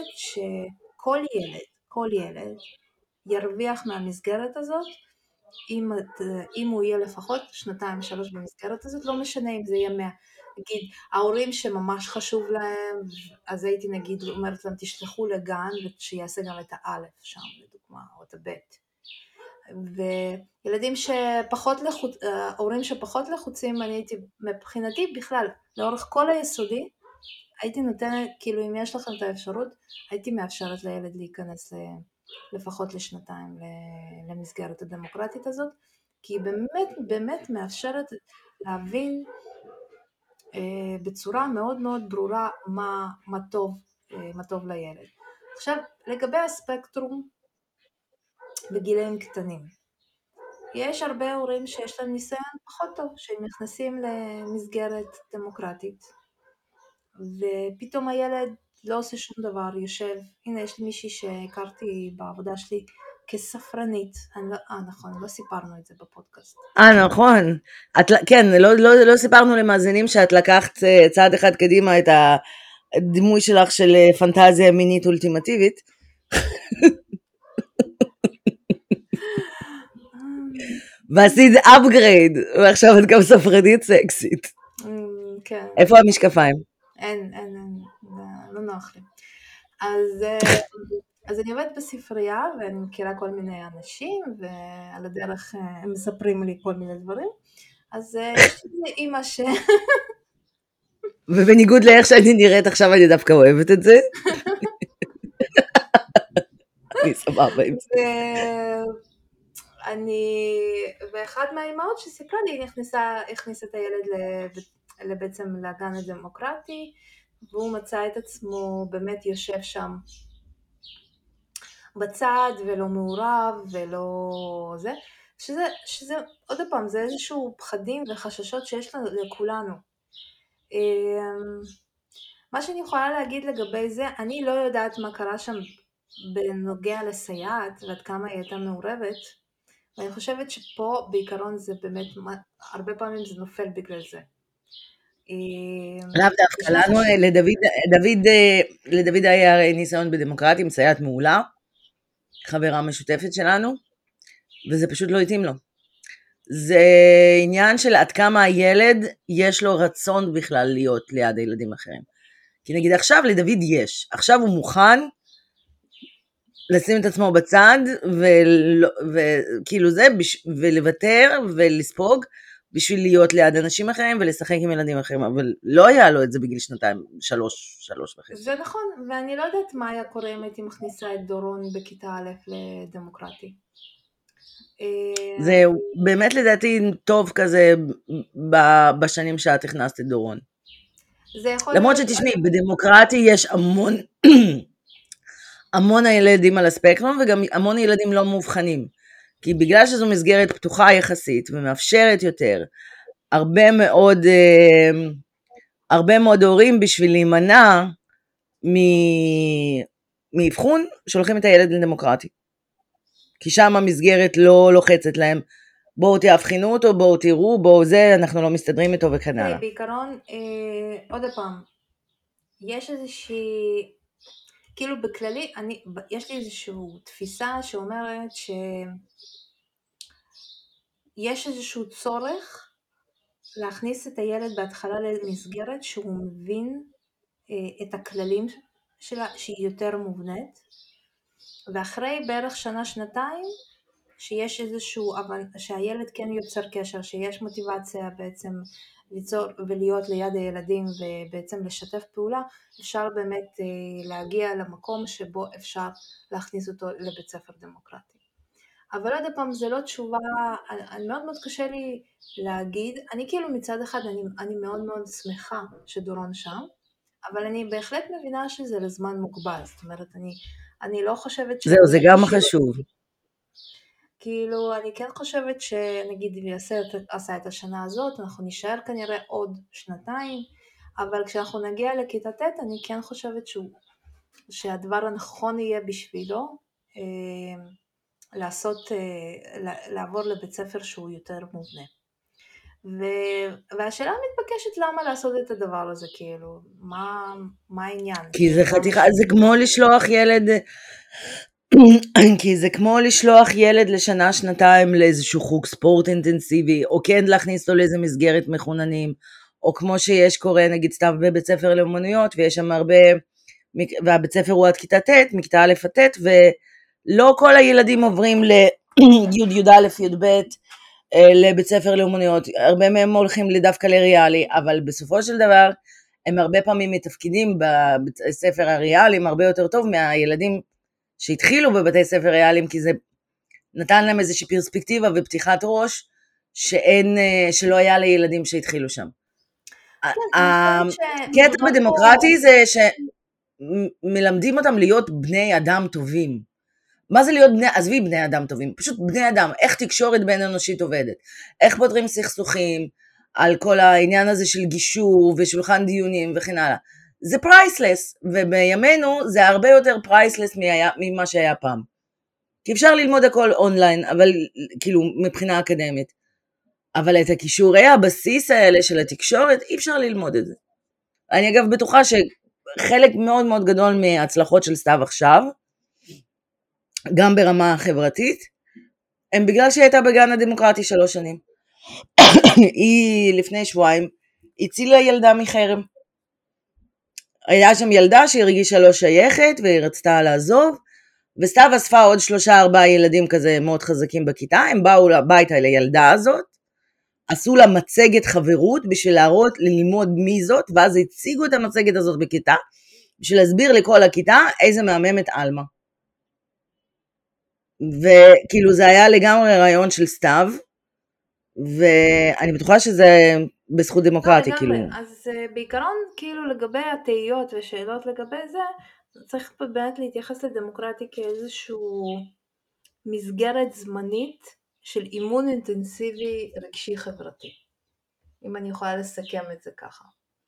כל ילד ירוויח מהמסגרת הזאת, אם הוא יהיה לפחות 2-3 במסגרת הזאת, לא משנה אם זה יהיה נגיד, ההורים שממש חשוב להם, אז הייתי נגיד אומרת להם, תשלחו לגן ושיעשה גם את האלף שם, לדוגמה, או את הבית. וילדים שפחות ההורים שפחות לחוצים, אני הייתי, מבחינתי בכלל, לאורך כל היסודי, הייתי נותנת, כאילו אם יש לכם את האפשרות, הייתי מאפשרת לילד להיכנס לפחות לשנתיים למסגרת הדמוקרטית הזאת, כי היא באמת מאפשרת להבין בצורה מאוד מאוד ברורה מה טוב לילד. עכשיו, לגבי הספקטרום בגילאים קטנים, יש הרבה הורים שיש להם ניסיון פחות טוב, שהם נכנסים למסגרת דמוקרטית, ופתאום הילד לא עושה שום דבר, יושב, הנה יש לי מישהי שהכרתי בעבודה שלי כספרנית, נכון, לא סיפרנו את זה בפודקאסט. נכון, כן, לא סיפרנו למאזינים שאת לקחת צעד אחד קדימה את הדימוי שלך של פנטזיה מינית אולטימטיבית. ועשית אפגרייד, ועכשיו את גם ספרנית סקסית. כן. איפה המשקפיים? אין, לא נוח לי. אז אני עובדת בספרייה, ואני מכירה כל מיני אנשים, ועל הדרך הם מספרים לי כל מיני דברים. אז יש לי אימא ש... ובניגוד לאיך שאני נראית עכשיו, אני דווקא אוהבת את זה. אני סבבה עם זה. ואחד מהאימהות שסיפרה לי, הכניסה את הילד בעצם לגן הדמוקרטי, והוא מצא את עצמו באמת יושב שם בצד ולא מעורב ולא זה, שזה עוד פעם, זה איזשהו פחדים וחששות שיש לנו לכולנו. מה שאני יכולה להגיד לגבי זה, אני לא יודעת מה קרה שם בנוגע לסייעת ועד כמה היא הייתה מעורבת, ואני חושבת שפה בעיקרון זה באמת, הרבה פעמים זה נופל בגלל זה. לאו דווקא לנו, לדוד היה ניסיון בדמוקרטיה עם סייעת מעולה, חברה משותפת שלנו, וזה פשוט לא התאים לו. זה עניין של עד כמה הילד יש לו רצון בכלל להיות ליד הילדים אחרים. כי נגיד עכשיו לדוד יש, עכשיו הוא מוכן לשים את עצמו בצד, וכאילו זה, ולוותר ולספוג, בשביל להיות ליד אנשים אחרים ולשחק עם ילדים אחרים, אבל לא היה לו את זה בגיל שנתיים, שלוש וחצי. זה נכון, ואני לא יודעת מה היה קורה אם הייתי מכניסה את דורון בכיתה א' לדמוקרטי. זה באמת לדעתי טוב כזה בשנים שאת הכנסת את דורון. למרות שתשמעי, בדמוקרטי יש המון הילדים על הספקטרום, וגם המון ילדים לא מובחנים. כי בגלל שזו מסגרת פתוחה יחסית ומאפשרת יותר, הרבה מאוד הורים בשביל להימנע מאבחון, שולחים את הילד לדמוקרטי. כי שם המסגרת לא לוחצת להם, בואו תאבחנו אותו, בואו תראו, בואו זה, אנחנו לא מסתדרים איתו וכן הלאה. בעיקרון, עוד פעם, יש איזושהי, כאילו בכללי, יש לי איזושהי תפיסה שאומרת שיש איזשהו צורך להכניס את הילד בהתחלה למסגרת שהוא מבין את הכללים שלה, שהיא יותר מובנית, ואחרי בערך שנה-שנתיים, שיש איזשהו, שהילד כן יוצר קשר, שיש מוטיבציה בעצם ליצור ולהיות ליד הילדים ובעצם לשתף פעולה, אפשר באמת להגיע למקום שבו אפשר להכניס אותו לבית ספר דמוקרטי. אבל עוד פעם, זה לא תשובה, מאוד מאוד קשה לי להגיד, אני כאילו מצד אחד, אני מאוד מאוד שמחה שדורון שם, אבל אני בהחלט מבינה שזה לזמן מוגבל, זאת אומרת, אני לא חושבת זהו, זה גם חשוב. כאילו, אני כן חושבת שנגיד, אם עשה את השנה הזאת, אנחנו נשאר כנראה עוד שנתיים, אבל כשאנחנו נגיע לכיתה ט', אני כן חושבת שהדבר הנכון יהיה בשבילו, לעבור לבית ספר שהוא יותר מובנה. והשאלה מתבקשת למה לעשות את הדבר הזה, כאילו, מה העניין? כי זה חתיכה, זה כמו לשלוח ילד, כי זה כמו לשלוח ילד לשנה-שנתיים לאיזשהו חוג ספורט אינטנסיבי, או כן להכניס לו לאיזה מסגרת מחוננים, או כמו שיש קורה נגיד סתם בבית ספר לאמנויות, ויש שם הרבה, והבית ספר הוא עד כיתה ט', מכיתה א' עד ט', ולא כל הילדים עוברים לי' י"א י"ב לבית ספר לאמנויות, הרבה מהם הולכים דווקא לריאלי, אבל בסופו של דבר הם הרבה פעמים מתפקידים בבית ספר הריאליים הרבה יותר טוב מהילדים שהתחילו בבתי ספר ריאליים, כי זה נתן להם איזושהי פרספקטיבה ופתיחת ראש שלא היה לילדים שהתחילו שם. הקטע בדמוקרטי זה שמלמדים אותם להיות בני אדם טובים. מה זה להיות עזבי בני אדם טובים? פשוט בני אדם, איך תקשורת בין אנושית עובדת, איך פותרים סכסוכים, על כל העניין הזה של גישור ושולחן דיונים וכן הלאה. זה פרייסלס, ובימינו זה הרבה יותר פרייסלס ממה שהיה פעם. כי אפשר ללמוד הכל אונליין, אבל כאילו מבחינה אקדמית. אבל את הכישורי הבסיס האלה של התקשורת, אי אפשר ללמוד את זה. אני אגב בטוחה שחלק מאוד מאוד גדול מההצלחות של סתיו עכשיו, גם ברמה החברתית, הם בגלל שהיא הייתה בגן הדמוקרטי 3 שנים. היא לפני שבועיים הצילה ילדה מחרם. היה שם ילדה שהיא הרגישה לא שייכת, והיא רצתה לעזוב, וסתיו אספה עוד 3-4 ילדים כזה מאוד חזקים בכיתה, הם באו הביתה לילדה הזאת, עשו לה מצגת חברות בשביל להראות ללמוד מי זאת, ואז הציגו את המצגת הזאת בכיתה, בשביל להסביר לכל הכיתה איזה מהממת אלמה. וכאילו זה היה לגמרי רעיון של סתיו, ואני בטוחה שזה בזכות דמוקרטי, כאילו. אז בעיקרון, כאילו לגבי התהיות ושאלות לגבי זה, צריך באמת להתייחס לדמוקרטי כאיזשהו מסגרת זמנית של אימון אינטנסיבי רגשי חברתי, אם אני יכולה לסכם את זה ככה.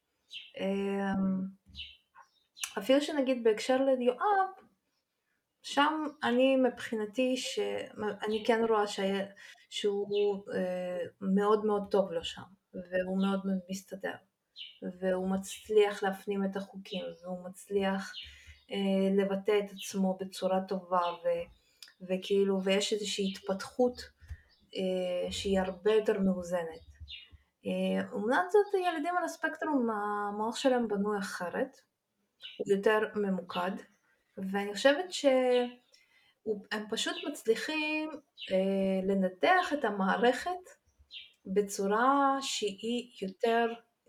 אפילו שנגיד בהקשר ליואב, שם אני מבחינתי שאני כן רואה שהוא מאוד מאוד טוב לו שם, והוא מאוד מאוד מסתדר, והוא מצליח להפנים את החוקים, והוא מצליח לבטא את עצמו בצורה טובה, וכאילו, ויש איזושהי התפתחות שהיא הרבה יותר מאוזנת. אומנם זאת ילדים על הספקטרום, המוח שלהם בנוי אחרת, הוא יותר ממוקד, ואני חושבת שהם פשוט מצליחים לנתח את המערכת בצורה שהיא יותר,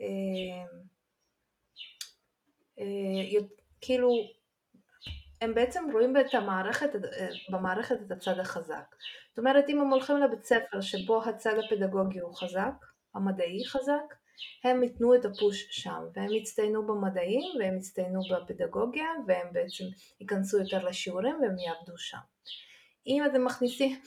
כאילו, הם בעצם רואים במערכת את הצד החזק. זאת אומרת, אם הם הולכים לבית ספר שבו הצד הפדגוגי הוא חזק, המדעי חזק, הם ייתנו את הפוש שם, והם יצטיינו במדעים, והם יצטיינו בפדגוגיה, והם בעצם ייכנסו יותר לשיעורים, והם יעבדו שם. אם אתם מכניסים,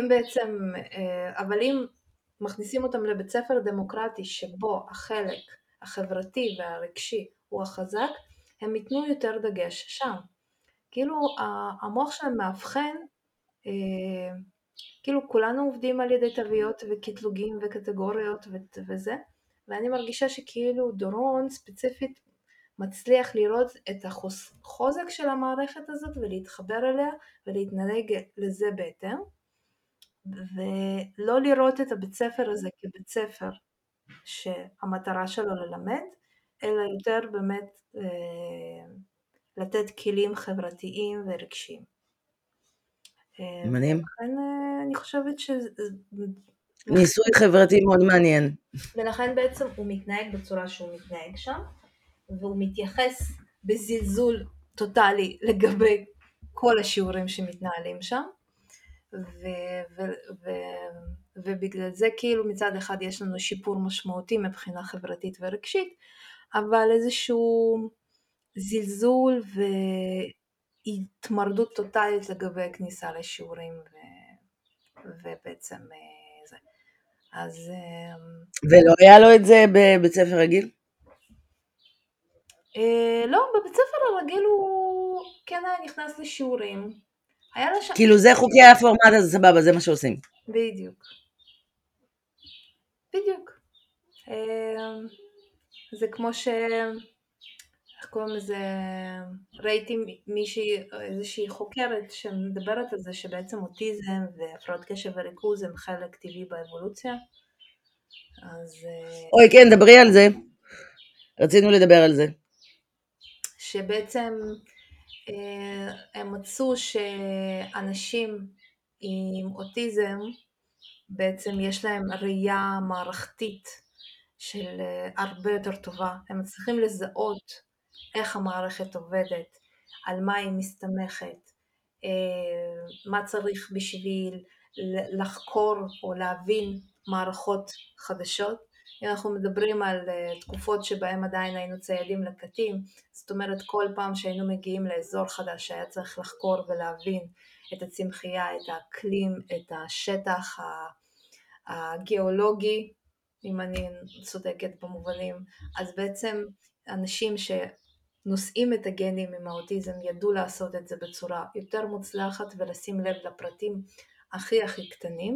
אבל אם מכניסים אותם לבית ספר דמוקרטי, שבו החלק החברתי והרגשי הוא החזק, הם ייתנו יותר דגש שם. כאילו המוח שלהם מאבחן, כאילו כולנו עובדים על ידי תוויות וקטלוגים וקטגוריות וזה, ואני מרגישה שכאילו דורון ספציפית מצליח לראות את החוזק של המערכת הזאת ולהתחבר אליה ולהתנהג לזה בהתאם, ולא לראות את הבית ספר הזה כבית ספר שהמטרה שלו ללמד, אלא יותר באמת לתת כלים חברתיים ורגשיים. מדהים. ולכן אני חושבת ניסוי חברתי מאוד מעניין. ולכן בעצם הוא מתנהג בצורה שהוא מתנהג שם, והוא מתייחס בזלזול טוטלי לגבי כל השיעורים שמתנהלים שם, ובגלל זה כאילו מצד אחד יש לנו שיפור משמעותי מבחינה חברתית ורגשית, אבל איזשהו זלזול והתמרדות טוטלית לגבי כניסה לשיעורים, ובעצם זה. אז ולא היה לו את זה בבית ספר רגיל? לא, בבית ספר הרגיל הוא כן היה נכנס לשיעורים. כאילו זה חוקי הפורמט, אז סבבה, זה מה שעושים. בדיוק. בדיוק. זה כמו איך קוראים לזה, ראיתי איזושהי חוקרת שמדברת על זה שבעצם אוטיזם והפרעות קשב וריכוז הם חלק טבעי באבולוציה. אז אוי כן, דברי על זה. רצינו לדבר על זה. שבעצם הם מצאו שאנשים עם אוטיזם, בעצם יש להם ראייה מערכתית של הרבה יותר טובה. הם מצליחים לזהות איך המערכת עובדת, על מה היא מסתמכת, מה צריך בשביל לחקור או להבין מערכות חדשות. אם אנחנו מדברים על תקופות שבהם עדיין היינו ציידים לקטים, זאת אומרת כל פעם שהיינו מגיעים לאזור חדש היה צריך לחקור ולהבין את הצמחייה, את האקלים, את השטח הגיאולוגי, אם אני צודקת במובנים, אז בעצם אנשים שנושאים את הגנים עם האוטיזם ידעו לעשות את זה בצורה יותר מוצלחת ולשים לב לפרטים הכי הכי קטנים,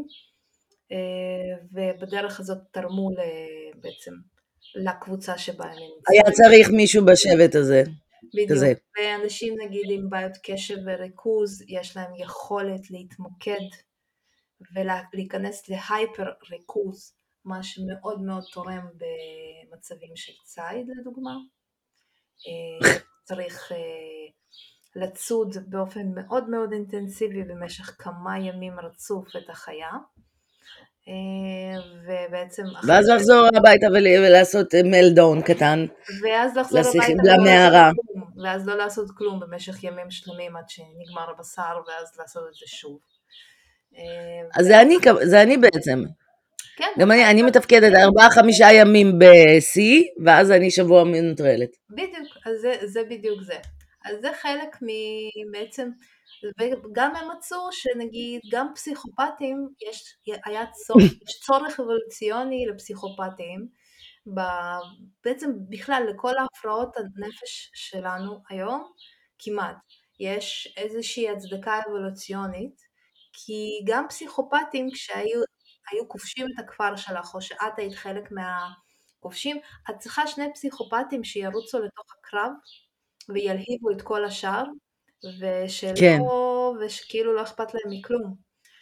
ובדרך הזאת תרמו בעצם לקבוצה שבה הם נמצאים. היה צריך מישהו בשבט הזה. בדיוק, כזה. ואנשים נגיד עם בעיות קשב וריכוז, יש להם יכולת להתמקד ולהיכנס להייפר ריכוז, מה שמאוד מאוד תורם במצבים של ציד לדוגמה. צריך לצוד באופן מאוד מאוד אינטנסיבי במשך כמה ימים רצוף את החיה, ובעצם ואז לחזור הביתה ולעשות מלדאון קטן. ואז לחזור הביתה ואז לא לעשות כלום במשך ימים שלמים עד שנגמר הבשר, ואז לעשות את זה שוב. אז זה אני בעצם. כן. גם אני מתפקדת 4-5 ימים ב-C, ואז אני שבוע מנוטרלת. בדיוק, אז זה בדיוק זה. אז זה חלק בעצם, וגם הם מצאו שנגיד גם פסיכופטים, יש צורך אבולוציוני לפסיכופטים, בעצם בכלל לכל ההפרעות הנפש שלנו היום, כמעט, יש איזושהי הצדקה אבולוציונית, כי גם פסיכופטים כשהיו כובשים את הכפר שלך, או שאת היית חלק מהכובשים, את צריכה 2 פסיכופטים שירוצו לתוך הקרב, וילהיבו את כל השאר, ושכאילו לא אכפת להם מכלום.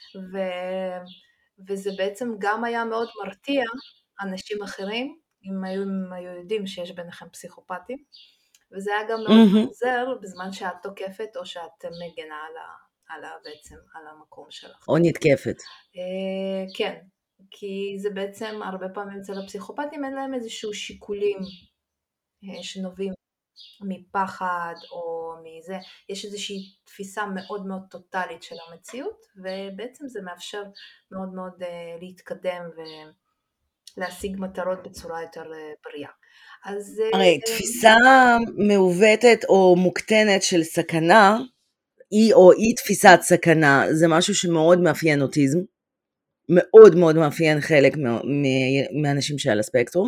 וזה בעצם גם היה מאוד מרתיע אנשים אחרים, אם היו יודעים שיש ביניכם פסיכופטים, וזה היה גם מאוד עוזר בזמן שאת תוקפת, או שאת מגנה בעצם על המקום שלך. או נתקפת. כן, כי זה בעצם הרבה פעמים אצל הפסיכופטים אין להם איזשהו שיקולים שנובעים מפחד או מזה, יש איזושהי תפיסה מאוד מאוד טוטלית של המציאות, ובעצם זה מאפשר מאוד מאוד להתקדם ולהשיג מטרות בצורה יותר בריאה. הרי תפיסה מעוותת או מוקטנת של סכנה, או אי תפיסת סכנה, זה משהו שמאוד מאפיין אוטיזם, מאוד מאוד מאפיין חלק מהאנשים שעל הספקטרום.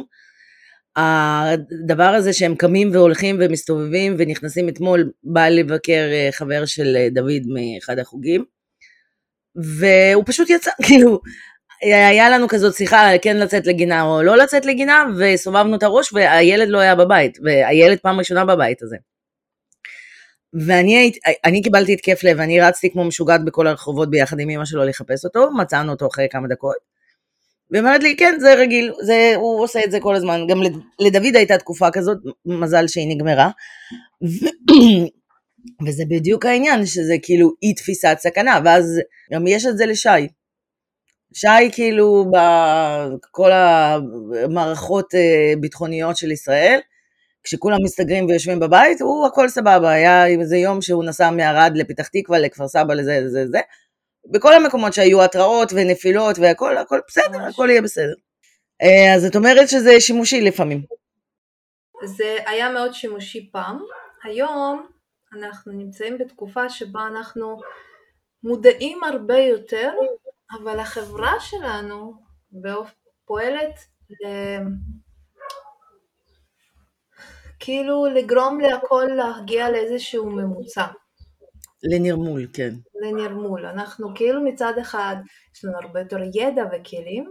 הדבר הזה שהם קמים והולכים ומסתובבים ונכנסים, אתמול בא לבקר חבר של דוד מאחד החוגים, והוא פשוט יצא, כאילו, היה לנו כזאת שיחה, כן לצאת לגינה או לא לצאת לגינה, וסובבנו את הראש והילד לא היה בבית, והילד פעם ראשונה בבית הזה. ואני קיבלתי התקף לב, ואני רצתי כמו משוגעת בכל הרחובות ביחד עם אמא שלו לחפש אותו, מצאנו אותו אחרי כמה דקות, ואומרת לי, כן, זה רגיל, הוא עושה את זה כל הזמן, גם לדוד הייתה תקופה כזאת, מזל שהיא נגמרה, וזה בדיוק העניין, שזה כאילו אי תפיסת סכנה, ואז גם יש את זה לשי. שי כאילו בכל המערכות ביטחוניות של ישראל, כשכולם מסתגרים ויושבים בבית, הוא הכל סבבה, היה איזה יום שהוא נסע מערד לפתח תקווה, לכפר סבא, לזה, בכל המקומות שהיו התראות ונפילות והכל, הכל בסדר, הכל יהיה בסדר. אז את אומרת שזה שימושי לפעמים. זה היה מאוד שימושי פעם. היום אנחנו נמצאים בתקופה שבה אנחנו מודעים הרבה יותר, אבל החברה שלנו פועלת כאילו לגרום להכל להגיע לאיזשהו ממוצע. לנרמול, כן. לנרמול. אנחנו כאילו מצד אחד יש לנו הרבה יותר ידע וכלים,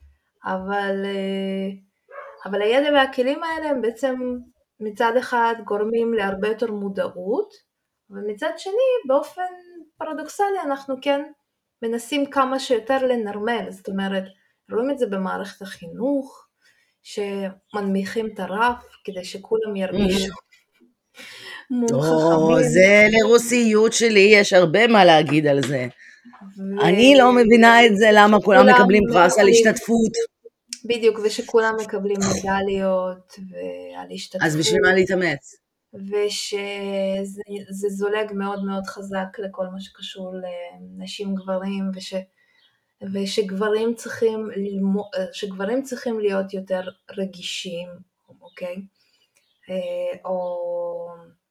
אבל הידע והכלים האלה הם בעצם מצד אחד גורמים להרבה יותר מודעות, ומצד שני באופן פרדוקסלי אנחנו כן מנסים כמה שיותר לנרמל, זאת אומרת, רואים את זה במערכת החינוך, שמנמיכים את הרף כדי שכולם ירגישו חכמים. זה לרוסיות שלי, יש הרבה מה להגיד על זה. אני לא מבינה את זה, למה כולם מקבלים פרס על השתתפות. בדיוק, ושכולם מקבלים מדליות ועל השתתפות. אז בשביל מה להתאמץ? ושזה זולג מאוד מאוד חזק לכל מה שקשור לנשים גברים, ושגברים צריכים להיות יותר רגישים, אוקיי? או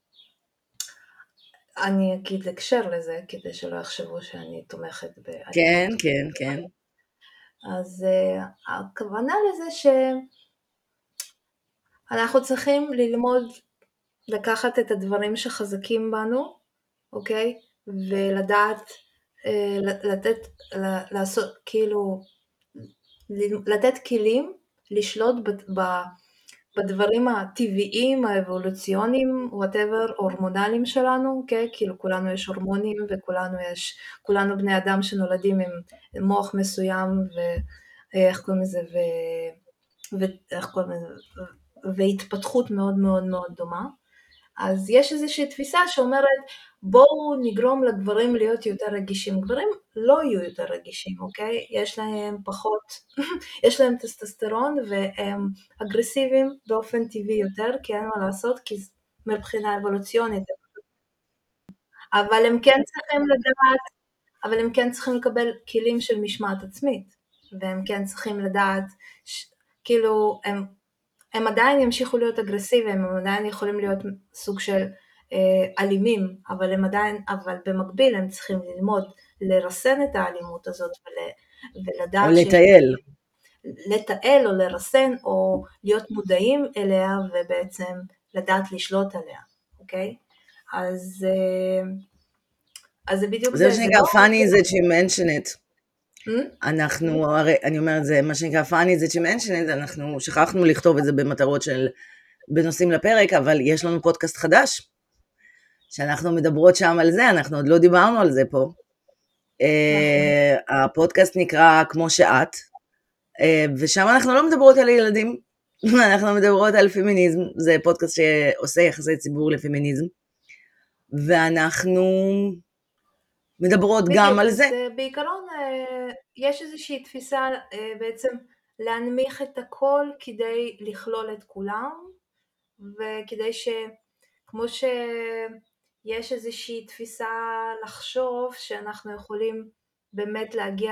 אני אגיד לקשר לזה, כדי שלא יחשבו שאני תומכת כן, כן, כן. אז הכוונה לזה שאנחנו צריכים ללמוד לקחת את הדברים שחזקים בנו, אוקיי? ולדעת לעשות, כאילו, לתת כלים, לשלוט בדברים הטבעיים, האבולוציוניים, whatever, הורמונליים שלנו, אוקיי? כאילו כולנו יש הורמונים וכולנו בני אדם שנולדים עם מוח מסוים ואיך קוראים לזה, והתפתחות מאוד מאוד מאוד דומה. אז יש איזושהי תפיסה שאומרת, בואו נגרום לגברים להיות יותר רגישים. גברים לא יהיו יותר רגישים, אוקיי? יש להם פחות, יש להם טסטוסטרון והם אגרסיביים באופן טבעי יותר, כי אין מה לעשות, כי מבחינה אבולוציונית. אבל הם כן צריכים לדעת, אבל הם כן צריכים לקבל כלים של משמעת עצמית, והם כן צריכים לדעת, כאילו, הם עדיין ימשיכו להיות אגרסיביים, הם עדיין יכולים להיות סוג של אלימים, אבל במקביל הם צריכים ללמוד לרסן את האלימות הזאת, ולדעת או לטייל. לתעל או לרסן, או להיות מודעים אליה, ובעצם לדעת לשלוט עליה, אוקיי? אז זה בדיוק זה שנקרא funny that she mentioned it. אנחנו, אני אומרת, זה מה שנקרא funny that she mentioned it, אנחנו שכחנו לכתוב את זה במטרות של, בנושאים לפרק, אבל יש לנו פודקאסט חדש, שאנחנו מדברות שם על זה, אנחנו עוד לא דיברנו על זה פה. הפודקאסט נקרא כמו שאת, ושם אנחנו לא מדברות על ילדים, אנחנו מדברות על פמיניזם, זה פודקאסט שעושה יחסי ציבור לפמיניזם, ואנחנו מדברות גם על זה. בעיקרון יש איזושהי תפיסה בעצם להנמיך את הכל כדי לכלול את כולם, וכדי כמו שיש איזושהי תפיסה לחשוב שאנחנו יכולים באמת להגיע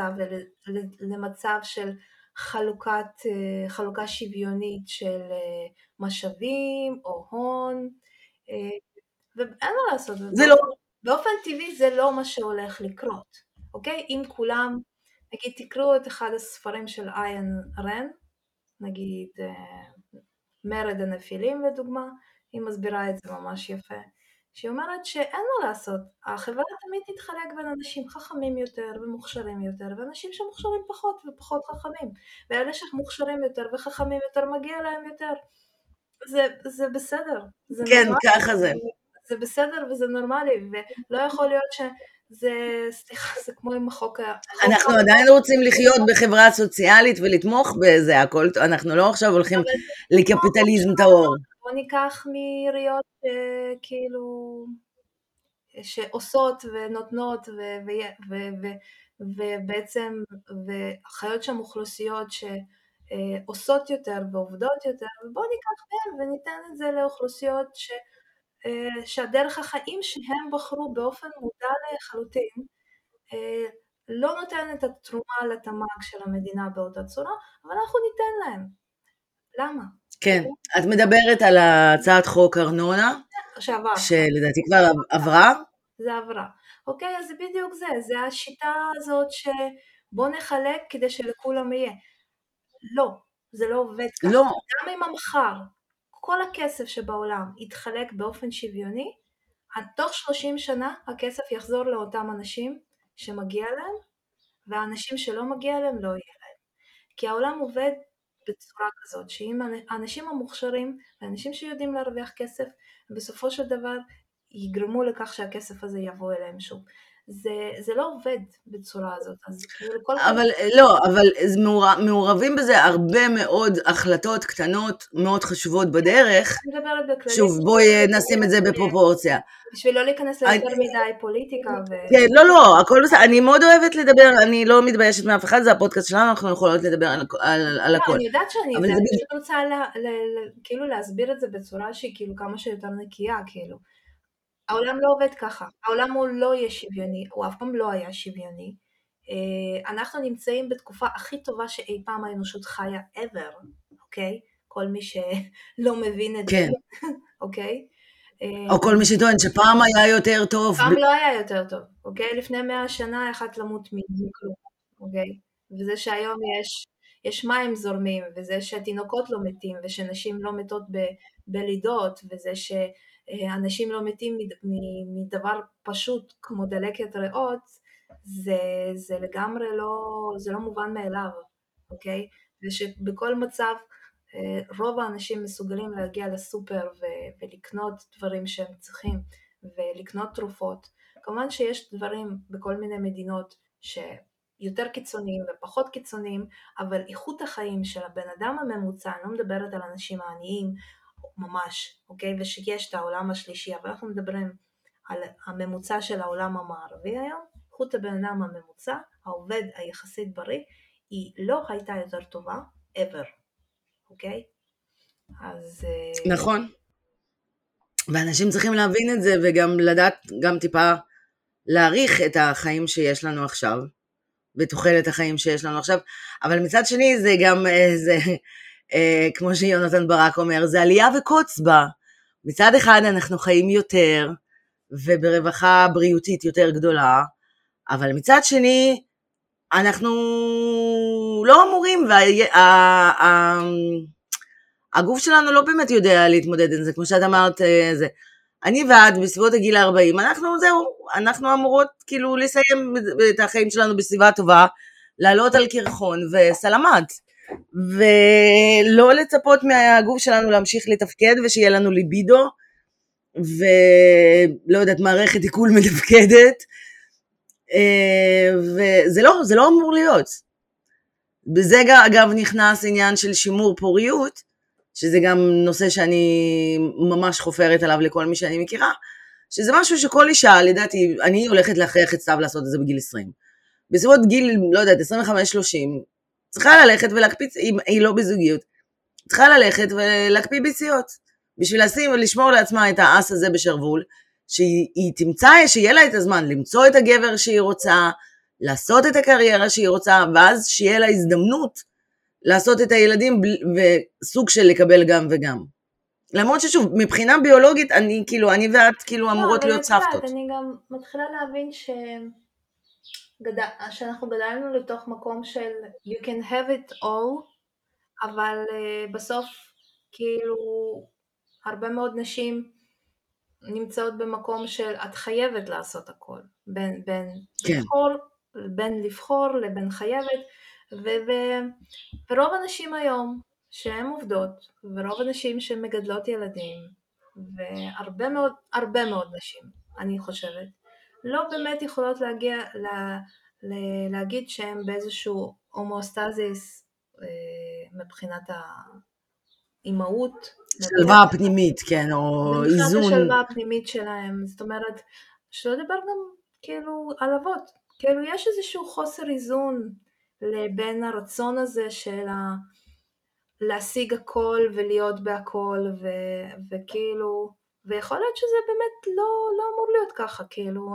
למצב של חלוקה שוויונית של משאבים או הון, ואין מה לעשות, זה לא. באופן טבעי זה לא מה שהולך לקרות, אוקיי? אם כולם, נגיד תקראו את אחד הספרים של איין רן, נגיד מרד הנפילים לדוגמה, היא מסבירה את זה ממש יפה, שהיא אומרת שאין מה לעשות, החברה תמיד תתחלק בין אנשים חכמים יותר ומוכשרים יותר, ואנשים שמוכשרים פחות ופחות חכמים, ואלה שמוכשרים יותר וחכמים יותר מגיע להם יותר, זה בסדר. כן, ככה זה. זה בסדר וזה נורמלי, ולא יכול להיות שזה, סליחה, זה כמו עם החוק. אנחנו עדיין רוצים לחיות בחברה סוציאלית ולתמוך בזה, הכל, אנחנו לא עכשיו הולכים לקפיטליזם טהור. בוא ניקח מעיריות כאילו, שעושות ונותנות, ובעצם, וחיות שם אוכלוסיות שעושות יותר ועובדות יותר, ובוא ניקח מהם וניתן את זה לאוכלוסיות שהדרך החיים שהם בחרו באופן מודע לחלוטין, לא נותן את התרומה לתמ"ג של המדינה באותה צורה, אבל אנחנו ניתן להם. למה? כן, את מדברת על הצעת חוק ארנונה, שלדעתי כבר עברה? זה עברה. אוקיי, אז זה בדיוק זה השיטה הזאת שבוא נחלק כדי שלכולם יהיה. לא, זה לא עובד ככה. לא. גם אם המחר כל הכסף שבעולם יתחלק באופן שוויוני, תוך 30 שנה הכסף יחזור לאותם אנשים שמגיע להם, והאנשים שלא מגיע להם לא יהיה להם. כי העולם עובד בצורה כזאת, שאם האנשים המוכשרים, האנשים שיודעים להרוויח כסף, בסופו של דבר יגרמו לכך שהכסף הזה יבוא אליהם שוב. זה לא עובד בצורה הזאת, אז כאילו כל אבל לא, אבל מעורבים בזה הרבה מאוד החלטות קטנות מאוד חשובות בדרך. אני מדברת בכללי. שוב, בואי נשים את זה בפרופורציה. בשביל לא להיכנס ליותר מדי פוליטיקה. כן, לא, הכל בסדר. אני מאוד אוהבת לדבר, אני לא מתביישת מאף אחד, זה הפודקאסט שלנו, אנחנו יכולות לדבר על הכל. אני יודעת שאני פשוט רוצה כאילו להסביר את זה בצורה שהיא כאילו כמה שיותר נקייה, כאילו. העולם לא עובד ככה, העולם הוא לא יהיה שוויוני, הוא אף פעם לא היה שוויוני. אנחנו נמצאים בתקופה הכי טובה שאי פעם האנושות חיה ever, אוקיי? כל מי שלא מבין את זה, אוקיי? או כל מי שטוען שפעם היה יותר טוב. פעם לא היה יותר טוב, אוקיי? לפני 100 שנה יכלת למות מכלום, אוקיי? וזה שהיום יש מים זורמים, וזה שהתינוקות לא מתים, ושנשים לא מתות בלידות, וזה שאנשים לא מתים מדבר פשוט כמו דלקת ריאות, זה לגמרי זה לא מובן מאליו, אוקיי? ושבכל מצב רוב האנשים מסוגלים להגיע לסופר ולקנות דברים שהם צריכים, ולקנות תרופות. כמובן שיש דברים בכל מיני מדינות שיותר קיצוניים ופחות קיצוניים, אבל איכות החיים של הבן אדם הממוצע, אני לא מדברת על אנשים העניים ממש, אוקיי? ושיש את העולם השלישי, אבל אנחנו מדברים על הממוצע של העולם המערבי היום. איכות הבן אדם הממוצע, העובד היחסית בריא, היא לא הייתה יותר טובה ever. אוקיי? אז נכון. ואנשים צריכים להבין את זה, וגם לדעת, גם טיפה להעריך את החיים שיש לנו עכשיו, ותוחלת החיים שיש לנו עכשיו, אבל מצד שני זה גם, כמו שיונתן ברק אומר, זה עלייה וקוץ בה. מצד אחד אנחנו חיים יותר, וברווחה בריאותית יותר גדולה, אבל מצד שני, אנחנו לא אמורים, הגוף שלנו לא באמת יודע להתמודד עם זה, כמו שאת אמרת, אני ואת בסביבות הגיל 40, אנחנו אמורות כאילו לסיים את החיים שלנו בסביבה טובה, לעלות על קרחון וסלמת, ולא לצפות מהגוף שלנו להמשיך לתפקד, ושיהיה לנו ליבידו, ולא יודעת, מערכת עיכול מתפקדת, וזה לא אמור להיות. בזה אגב נכנס עניין של שימור פוריות, שזה גם נושא שאני ממש חופרת עליו לכל מי שאני מכירה, שזה משהו שכל אישה, לדעתי, אני הולכת להכריח את סתיו לעשות את זה בגיל 20. בסביבות גיל, לא יודעת, 25-30, צריכה ללכת ולהקפיא, היא לא בזוגיות, צריכה ללכת ולהקפיא ביציות, בשביל לשים ולשמור לעצמה את האס הזה בשרוול, שהיא תמצא, שיהיה לה את הזמן למצוא את הגבר שהיא רוצה, לעשות את הקריירה שהיא רוצה, ואז שיהיה לה הזדמנות לעשות את הילדים וסוג של לקבל גם וגם. למרות ששוב, מבחינה ביולוגית, אני ואת כאילו אמורות להיות סבתות. אני גם מתחילה להבין שאנחנו גדלנו לתוך מקום של you can have it all, אבל בסוף כאילו הרבה מאוד נשים נמצאות במקום של את חייבת לעשות הכל, בין לבחור לבין חייבת, ורוב הנשים היום שהן עובדות, ורוב הנשים שמגדלות ילדים, והרבה מאוד נשים, אני חושבת, לא באמת יכולות להגיע להגיד שהן באיזשהו הומואסטזיס מבחינת האימהות, שלווה פנימית, כן, או איזון. מבחינת השלווה הפנימית שלהם, זאת אומרת, שלא דבר גם כאילו על אבות, כאילו יש איזשהו חוסר איזון לבין הרצון הזה של להשיג הכל ולהיות בהכל, וכאילו, ויכול להיות שזה באמת לא אמור להיות ככה, כאילו,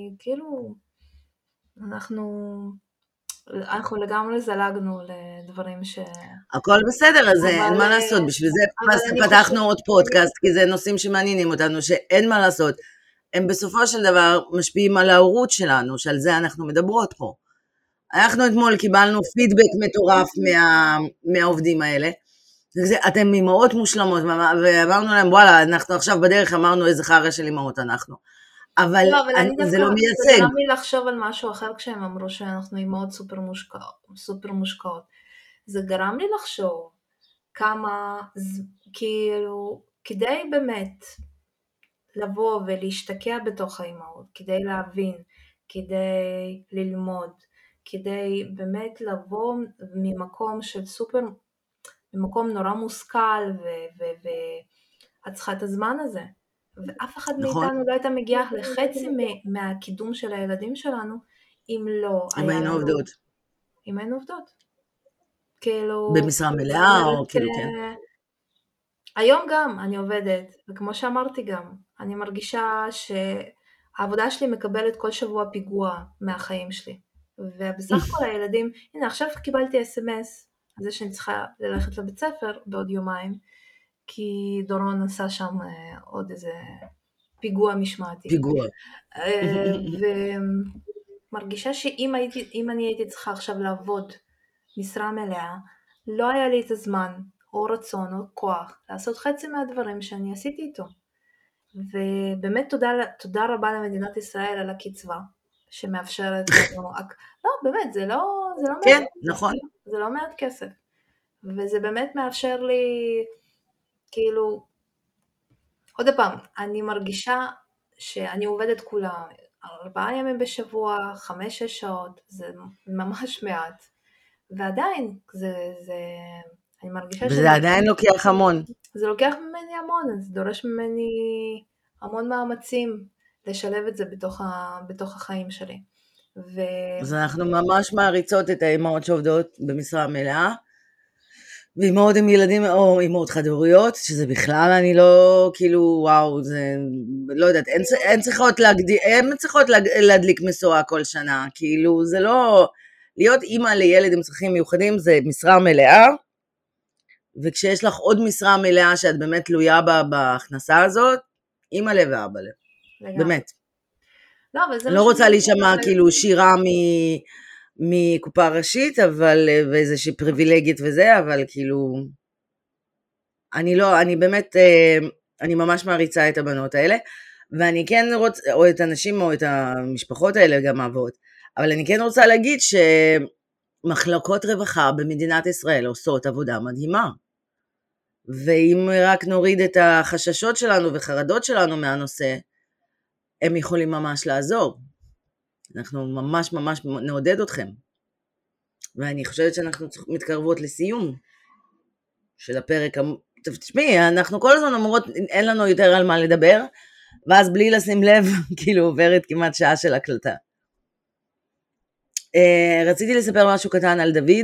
אנחנו לגמרי זלגנו לדברים הכל בסדר, אז אין מה לעשות, בשביל זה פתחנו עוד פודקאסט, כי זה נושאים שמעניינים אותנו, שאין מה לעשות, הם בסופו של דבר משפיעים על ההורות שלנו, שעל זה אנחנו מדברות פה. אנחנו אתמול קיבלנו פידבק מטורף מהעובדים האלה, אתם אימהות מושלמות, ואמרנו להם, וואלה, אנחנו עכשיו בדרך אמרנו איזה חרא של אימהות אנחנו. אבל זה לא מייצג. זה גרם לי לחשוב על משהו אחר כשהם אמרו שאנחנו אימהות סופר מושקעות. זה גרם לי לחשוב כמה, כאילו, כדי באמת לבוא ולהשתקע בתוך האימהות, כדי להבין, כדי ללמוד, כדי באמת לבוא ממקום של סופר, ממקום נורא מושכל, ואת צריכה את הזמן הזה. ואף אחד מאיתנו לא הייתה מגיעה לחצי מהקידום של הילדים שלנו, אם לא אם היינו עובדות. אם היינו עובדות. כאילו... במשרה מלאה או כאילו כן. היום גם אני עובדת, וכמו שאמרתי גם, אני מרגישה שהעבודה שלי מקבלת כל שבוע פיגוע מהחיים שלי. ובסך הכל הילדים, הנה עכשיו קיבלתי SMS, על זה שאני צריכה ללכת לבית ספר בעוד יומיים, כי דורון עשה שם עוד איזה פיגוע משמעתי. פיגוע. ומרגישה שאם אני הייתי צריכה עכשיו לעבוד משרה מלאה, לא היה לי את הזמן, או רצון, או כוח, לעשות חצי מהדברים שאני עשיתי איתו. ובאמת תודה רבה למדינת ישראל על הקצבה, שמאפשרת לנו, לא, באמת, זה לא כן, מעט, נכון. זה לא מעט כסף. וזה באמת מאפשר לי, כאילו, עוד פעם, אני מרגישה שאני עובדת כולה 4 ימים בשבוע, 5-6 שעות, זה ממש מעט. ועדיין, אני מרגישה וזה עדיין לוקח המון. זה לוקח ממני המון, זה דורש ממני המון מאמצים לשלב את זה בתוך החיים שלי. אז אנחנו ממש מעריצות את האימהות שעובדות במשרה מלאה, ואימהות עם ילדים או אימהות חד-הוריות, שזה בכלל אני לא, כאילו, וואו, זה, לא יודעת, הן צריכות להדליק מסועה כל שנה, כאילו, זה לא, להיות אימא לילד עם צרכים מיוחדים זה משרה מלאה, וכשיש לך עוד משרה מלאה שאת באמת תלויה בהכנסה הזאת, אימא לב ואבא לב, באמת. לא רוצה להישמע כאילו שירה מקופה ראשית, אבל, ואיזושהי פריבילגית וזה, אבל כאילו, אני באמת, אני ממש מעריצה את הבנות האלה, ואני כן רוצה, או את הנשים או את המשפחות האלה גם אהבות, אבל אני כן רוצה להגיד שמחלקות רווחה במדינת ישראל עושות עבודה מדהימה, ואם רק נוריד את החששות שלנו וחרדות שלנו מהנושא, הם יכולים ממש לעזור. אנחנו ממש ממש נעודד אתכם. ואני חושבת שאנחנו מתקרבות לסיום של הפרק. תשמעי, אנחנו כל הזמן אומרות, אין לנו יותר על מה לדבר, ואז בלי לשים לב, כאילו עוברת כמעט שעה של הקלטה. רציתי לספר משהו קטן על דוד,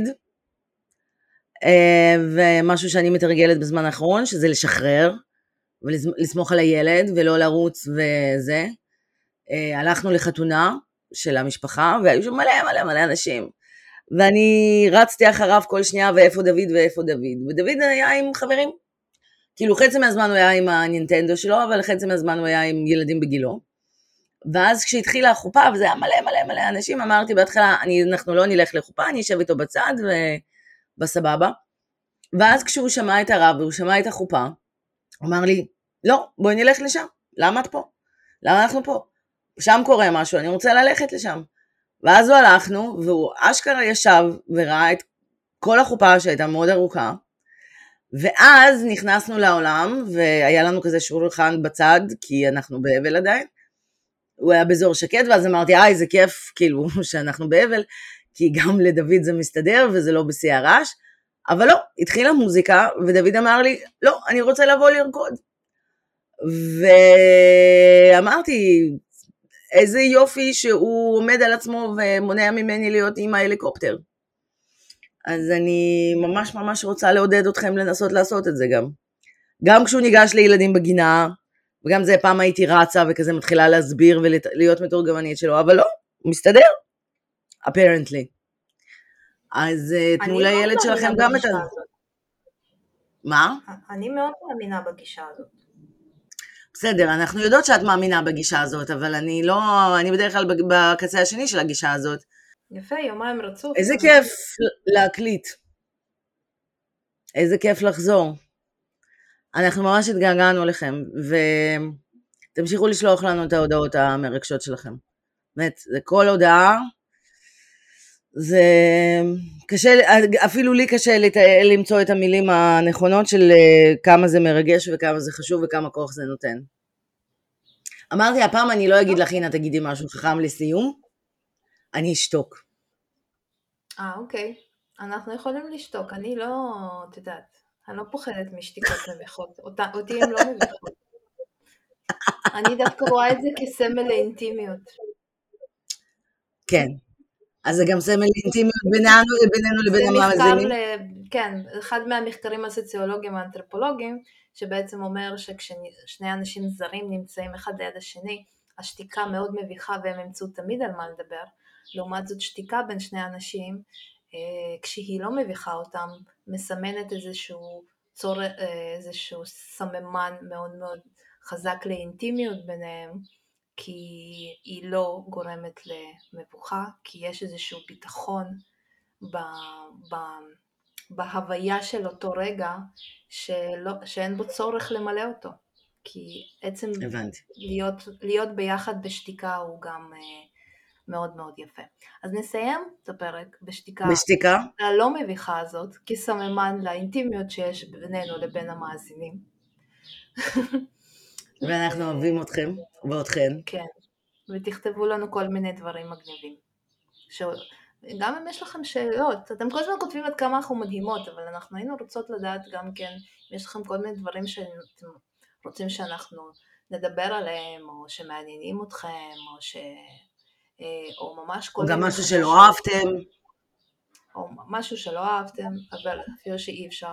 ומשהו שאני מתרגלת בזמן האחרון, שזה לשחרר, ולסמוך על הילד, ולא לרוץ וזה. הלכנו לחתונה של המשפחה, והיו שם מלא אנשים, ואני רצתי אחריו כל שנייה, ואיפה דוד, ודוד היה עם חברים, כאילו חצי מהזמן הוא היה עם הנינטנדו שלו, אבל חצי מהזמן הוא היה עם ילדים בגילו, ואז כשהתחילה החופה, וזה היה מלא אנשים, אמרתי בהתחלה, אנחנו לא נלך לחופה, אני אשב איתו בצד, ובסבבה, ואז כשהוא שמע את הרב, והוא שמע את החופה, הוא אמר לי, לא, בואי נלך לשם, למה את פה? למה אנחנו פה? שם קורה משהו, אני רוצה ללכת לשם. ואז הוא הלכנו, והוא אשכרה ישב וראה את כל החופה שהייתה מאוד ארוכה, ואז נכנסנו לעולם, והיה לנו כזה שולחן בצד, כי אנחנו באבל עדיין, הוא היה באזור שקט, ואז אמרתי, זה כיף, כאילו, שאנחנו באבל, כי גם לדוד זה מסתדר, וזה לא בשיא הרעש, אבל לא, התחילה מוזיקה, ודוד אמר לי, לא, אני רוצה לבוא לרקוד. ואמרתי, איזה יופי שהוא עומד על עצמו ומונע ממני להיות עם ההליקופטר. אז אני ממש ממש רוצה לעודד אתכם לנסות לעשות את זה גם. גם כשהוא ניגש לילדים בגינה, וגם זה פעם הייתי רצה וכזה מתחילה להסביר ולהיות מתורגמנית שלו, אבל לא, הוא מסתדר, apparently. אז תנו לילד שלכם גם את זה. מה? אני מאוד מאמינה בגישה הזאת. בסדר, אנחנו יודעות שאת מאמינה בגישה הזאת, אבל אני בדרך כלל בקצה השני של הגישה הזאת. יפה, יומיים רצוף. איזה כיף להקליט. איזה כיף לחזור. אנחנו ממש התגעגענו לכם, ותמשיכו לשלוח לנו את ההודעות המרגשות שלכם. באמת, זה כל הודעה, זה קשה, אפילו לי קשה למצוא את המילים הנכונות של כמה זה מרגש וכמה זה חשוב וכמה כוח זה נותן. אמרתי, הפעם אני לא אגיד לך, הנה תגידי משהו חכם לסיום, אני אשתוק. אוקיי. אנחנו יכולים לשתוק, אני לא, את יודעת, אני לא פוחדת משתיקות מביכות, אותי הם לא מביכות. אני דווקא רואה את זה כסמל לאינטימיות. כן. אז זה גם סמל אינטימיות בינינו לבין המאזינים. כן, אחד מהמחקרים הסוציולוגיים האנתרופולוגיים, שבעצם אומר שכששני אנשים זרים נמצאים אחד ליד השני, השתיקה מאוד מביכה והם ימצאו תמיד על מה לדבר. לעומת זאת שתיקה בין שני אנשים, כשהיא לא מביכה אותם, מסמנת איזשהו סממן מאוד מאוד חזק לאינטימיות ביניהם, כי היא לא גורמת למבוכה, כי יש איזשהו ביטחון בהוויה של אותו רגע, שאין בו צורך למלא אותו. כי עצם להיות ביחד בשתיקה הוא גם מאוד מאוד יפה. אז נסיים את הפרק בשתיקה הלא מביכה הזאת, כסממן לאינטימיות שיש בינינו לבין המאזינים. ואנחנו אוהבים אתכם ואתכן. כן, ותכתבו לנו כל מיני דברים מגניבים. גם אם יש לכם שאלות, אתם כל הזמן כותבים עד כמה אנחנו מדהימות, אבל אנחנו היינו רוצות לדעת גם כן, אם יש לכם כל מיני דברים שאתם רוצים שאנחנו נדבר עליהם, או שמעניינים אתכם, או ממש כל מיני... או גם משהו שלא אהבתם. או משהו שלא אהבתם, אבל אפילו שאי אפשר.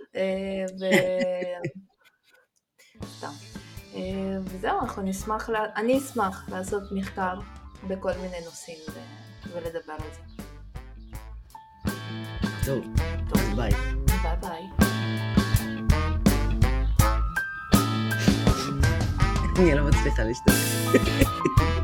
וזהו, אני אשמח לעשות מחקר בכל מיני נושאים ולדבר על זה. טוב, ביי. ביי. אני לא מצליחה להשתתף.